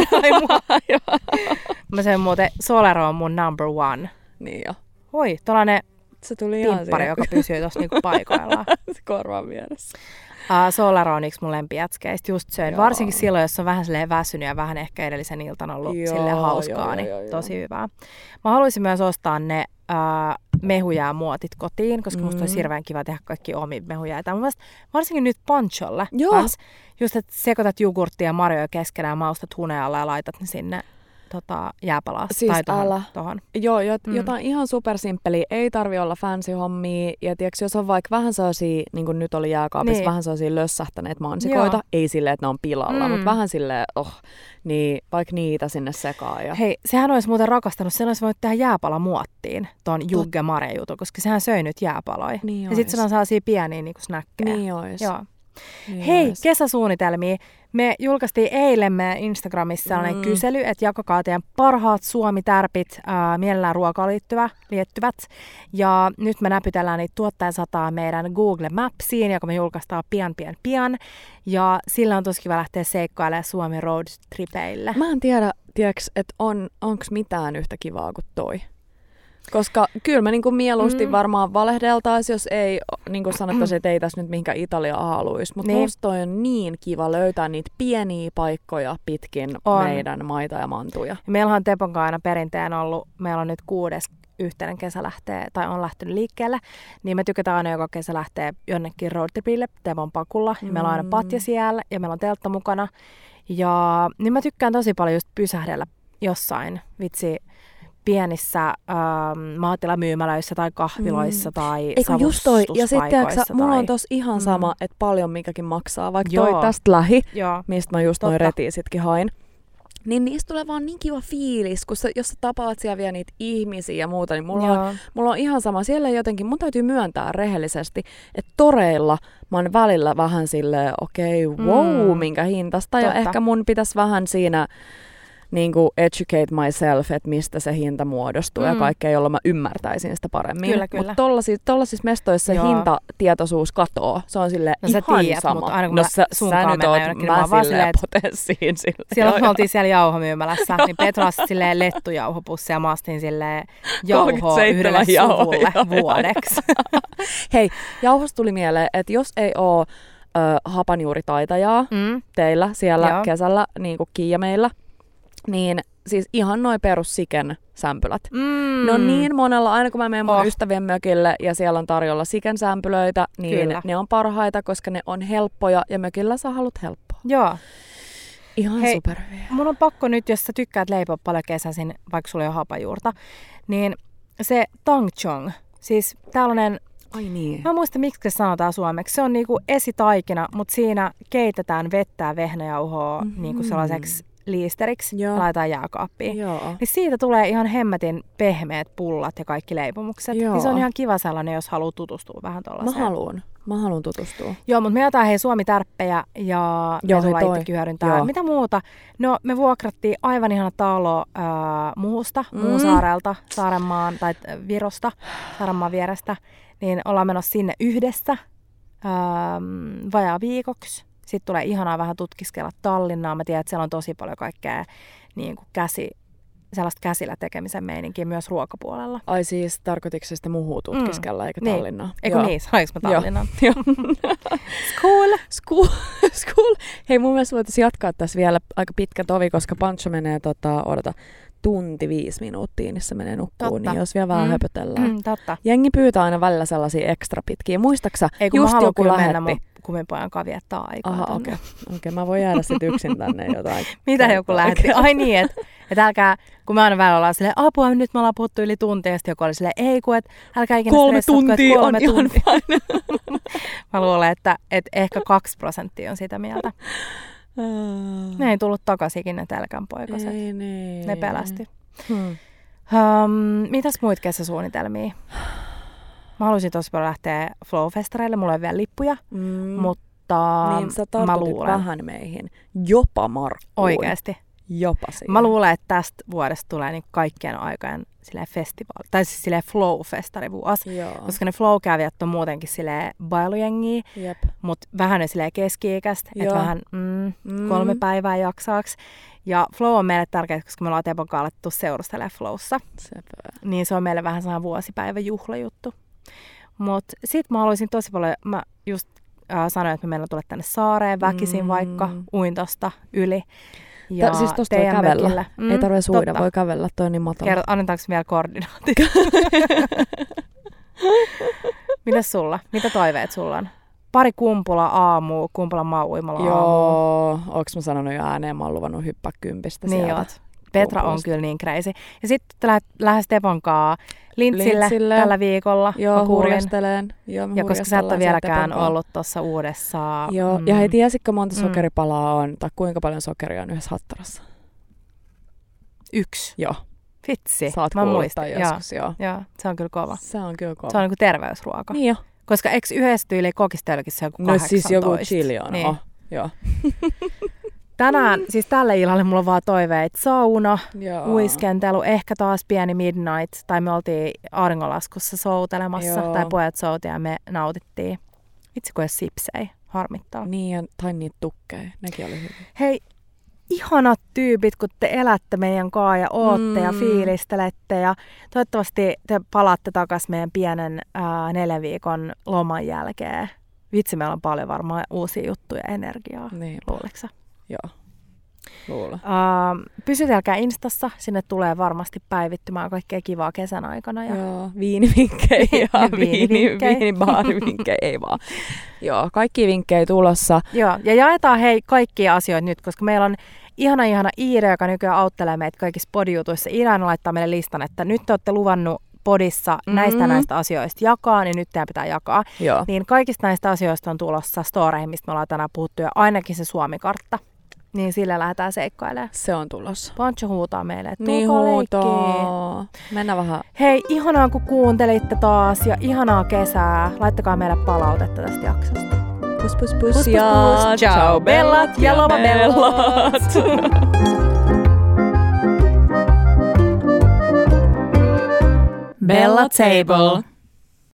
mä sen muuten, Solero on mun number one. Niin jo. Oi, tollanen Se tuli ihan timppari, joka pysyy tossa niinku paikoillaan. korvan vieressä. Solero on yksi mun lempijätskeistä. Just söin. Joo. Varsinkin silloin, jos on vähän silleen väsynyt ja vähän ehkä edellisen iltan ollut silleen hauskaa, niin tosi hyvää. Mä haluaisin myös ostaa ne mehujäämuotit kotiin, koska musta olisi hirveän kiva tehdä kaikki omia mehujäitä. Mun mielestä varsinkin nyt pancholle. Kans, just, että sekoitat jogurttia ja marjoja keskenään, maustat hunealla ja laitat ne sinne jääpalaan Siis tai tohon. Joo, jotain ihan supersimppeliä, ei tarvi olla fancy hommia. Ja tiiäks, jos on vaikka vähän sellaisia, niin kuin nyt oli jääkaapissa, Niin. vähän sellaisia lössähtäneitä mansikoita, ei silleen, että ne on pilalla, mutta vähän silleen, niin vaikka niitä sinne sekaan. Ja... Hei, sehän olisi muuten rakastanut, sen olisi voinut tehdä jääpalamuottiin, ton Jugge Mare jutun, koska sehän söi nyt jääpaloja. Niin ja sitten se on sellaisia pieniä niin kuin snäkkejä. Niin ois. Joo. Niin Hei, ois. kesäsuunnitelmia. Me julkaistiin eilen meidän Instagramissa sellainen kysely, että jakakaa teidän parhaat Suomi-tärpit, mielellään ruokaan liittyvät. Ja nyt me näpytellään niitä tuottajasataa meidän Google Mapsiin, joka me julkaistaan pian. Ja sillä on tosi kiva lähteä seikkailemaan Suomi road tripeille. Mä en tiedäks, että onko mitään yhtä kivaa kuin toi. Koska kyllä me niinku mieluusti varmaan valehdeltaisiin, jos ei niinku sanottaisiin, että ei tässä nyt mihinkään Italia haluaisi. Mutta musta toi on niin kiva löytää niitä pieniä paikkoja pitkin meidän maita ja mantuja. Meillä on Tepon kanssa aina perinteen ollut, meillä on nyt 6. yhteinen kesä lähtee, tai on lähtenyt liikkeelle, niin me tykätään aina joka kesä lähtee jonnekin roadtripille Tepon pakulla. Ja meillä on aina patja siellä ja meillä on teltta mukana. Ja niin mä tykkään tosi paljon just pysähdellä jossain, pienissä maatilamyymälöissä tai kahviloissa tai savustuspaikoissa. Ja sitten mulla on tossa ihan sama, että paljon mikäkin maksaa. Vaikka toi tästä lähi, mistä mä just noin retiisitkin hain. Niin niistä tulee vaan niin kiva fiilis, kun jos sä tapaat siellä vielä niitä ihmisiä ja muuta, niin mulla on ihan sama. Siellä jotenkin, mun täytyy myöntää rehellisesti, että toreilla mä oon välillä vähän silleen, wow, minkä hintasta. Ja ehkä mun pitäisi vähän siinä niin kuin educate myself, että mistä se hinta muodostuu ja kaikkea, jolloin mä ymmärtäisin sitä paremmin. Mutta tollasissa mestoissa se hintatietoisuus katoo. Se on silleen ihan sama. Mutta aina kun sä nyt oot, mä silleen potenssiin. Siellä me oltiin siellä jauhomyymälässä, niin Petra on silleen lettujauhopussi ja mä astin silleen jauhoa yhdelle suvulle vuodeksi. Hei, jauhosta tuli mieleen, että jos ei oo hapanjuuritaitajaa teillä siellä kesällä, niin kuin Kiia meillä, niin siis ihan noi perussiken sämpylät. Ne on niin monella, aina kun mä menen mun ystävien mökille ja siellä on tarjolla siken sämpylöitä, niin ne on parhaita, koska ne on helppoja ja mökillä sä haluat helppoa. Joo. Ihan superhyviä. Mun on pakko nyt, jos sä tykkäät leipoa paljon kesäisin, vaikka sulla ei ole hapajuurta, niin se tangchong, siis tällainen, ai niin. Mä en muista, miksi se sanotaan suomeksi. Se on niinku esitaikina, mutta siinä keitetään vettä ja vehnäjauhoa niinku sellaiseksi liisteriksi ja laitetaan jääkaappiin. Niin siitä tulee ihan hemmetin pehmeät pullat ja kaikki leipomukset. Niin se on ihan kiva sellainen, jos haluaa tutustua vähän tuollaiseen. Mä haluan tutustua. Joo, mutta me jotain Suomi-tärppejä ja me tullaan itsekin hyödyntää. Mitä muuta? No, me vuokrattiin aivan ihana talo Muusaarelta, Saarenmaan tai Virosta, Saarenmaan vierestä. Niin ollaan menossa sinne yhdessä vajaa viikoksi. Sitten tulee ihanaa vähän tutkiskella Tallinnaa. Mä tiedän, että siellä on tosi paljon kaikkea niin kuin sellaista käsillä tekemisen meininkiä myös ruokapuolella. Ai siis, tarkoitiko se sitä muhua tutkiskella eikä Tallinnaa? Eikö niin? Saanko mä Tallinnan? Joo. School. Hei, mun mielestä voitaisiin jatkaa tässä vielä aika pitkä tovi, koska Pancho menee tunti 5 minuuttia, niin se menee nukkuun, niin jos vielä vähän höpötellään. Totta. Jengi pyytää aina välillä sellaisia ekstra pitkiä. Muistaksä, ei, kun just mä joku lähetti. Mennä mun kuminpojan kanssa viettää aikaa. Aha, okei. Mä voin jäädä sit yksin tänne jotain. Mitä joku lähetti? Ai niin, että älkää, kun me aina välillä ollaan silleen, apua, nyt me ollaan puhuttu yli tuntia, ja sitten joku oli silleen, ei kun, älkää ikinä 3 tuntia on ihan fine. Mä luulen, että ehkä 2% on sitä mieltä. Ne ei tullut takaisinkin ne telkänpoikaset. Ei. Ne pelästy. Mitäs muit kesäsuunnitelmia? Mä haluaisin tosi paljon lähteä Flow-festareille, mulla ei vielä lippuja, mutta niin sä mä luulen. vähän meihin, jopa Markkuun. Oikeesti? Jopa siihen. Mä luulen, että tästä vuodesta tulee niin kaikkien aikojen festivaali, tai siis flow-festarivuosi, koska ne flow-kävijät on muutenkin bailujengiä, mutta vähän ne keski-ikäistä, että vähän 3 päivää jaksaaks. Ja flow on meille tärkeä, koska me ollaan Tepon kanssa alettu seurustelemaan flowssa. Niin se on meille vähän sellainen vuosipäivän juhlajuttu. Mutta sit mä haluaisin tosi paljon, mä just sanoin, että me meillä tulee tänne saareen väkisin vaikka uintosta yli. Ja siis tosta voi kävellä. Ei tarvitse uida, voi kävellä, toi on niin matala. Annetaanko vielä koordinaatit? Mitäs sulla? Mitä toiveet sulla on? Pari Kumpulan maa-uimalla aamua. Joo, onks mä sanonut jo ääneen, mä oon luvannut hyppää 10 niin sieltä. Oot. Petra on kyllä niin crazy. Ja sitten lähes Tepon kanssa Lintsille tällä viikolla. Joo, hurjasteleen. Ja koska sä et ole vieläkään ollut tuossa uudessa. Joo, ja hei, tiesitkö monta sokeripalaa on, tai kuinka paljon sokeria on yhdessä hattarassa? 1. Joo. Vitsi. Saat kuuluttaa joskus, joo. Joo, se on kyllä kova. Se on kyllä kova. Se on niinku terveysruoka. Niin jo. Koska eikö yhdessä tyyli kokistölkissä joku 18? No siis joku chili on. Niin. Joo. Tänään, siis tälle illalle mulla on vaan toiveet. Sauna, uiskentelu, ehkä taas pieni midnight. Tai me oltiin auringonlaskussa soutelemassa. Tai pojat souti ja me nautittiin. Vitsi kun ei sipsei. Harmittaa. Niin, tai niitä tukkeja. Nekin oli hyviä. Hei, ihanat tyypit, kun te elätte meidän kaa ja ootte ja fiilistelette. Ja toivottavasti te palaatte takaisin meidän pienen 4 viikon loman jälkeen. Vitsi, meillä on paljon varmaan uusia juttuja ja energiaa. Niin. Luuleksä? Joo, luulen. Pysytelkää Instassa, sinne tulee varmasti päivittymään kaikkea kivaa kesän aikana. Ja... Joo, viinivinkkejä ja viinibaarivinkkejä, ei vaan. Joo, kaikki vinkkejä tulossa. Joo, ja jaetaan kaikkia asioita nyt, koska meillä on ihana Iire, joka nykyään auttelee meitä kaikissa podijutuissa. Iire aina laittaa meille listan, että nyt te olette luvannut podissa näistä asioista jakaa, niin nyt teidän pitää jakaa. Joo. Niin kaikista näistä asioista on tulossa storeihin, mistä me ollaan tänään puhuttu, ja ainakin se Suomi-kartta. Niin sillä lähdetään seikkailemaan. Se on tulossa. Pancho huutaa meille, että niin huutoo. Mennään vähän. Hei, ihanaa kun kuuntelitte taas ja ihanaa kesää. Laittakaa meille palautetta tästä jaksosta. Pus pus pus ja ciao bellat ja lomabellot. Bella Table.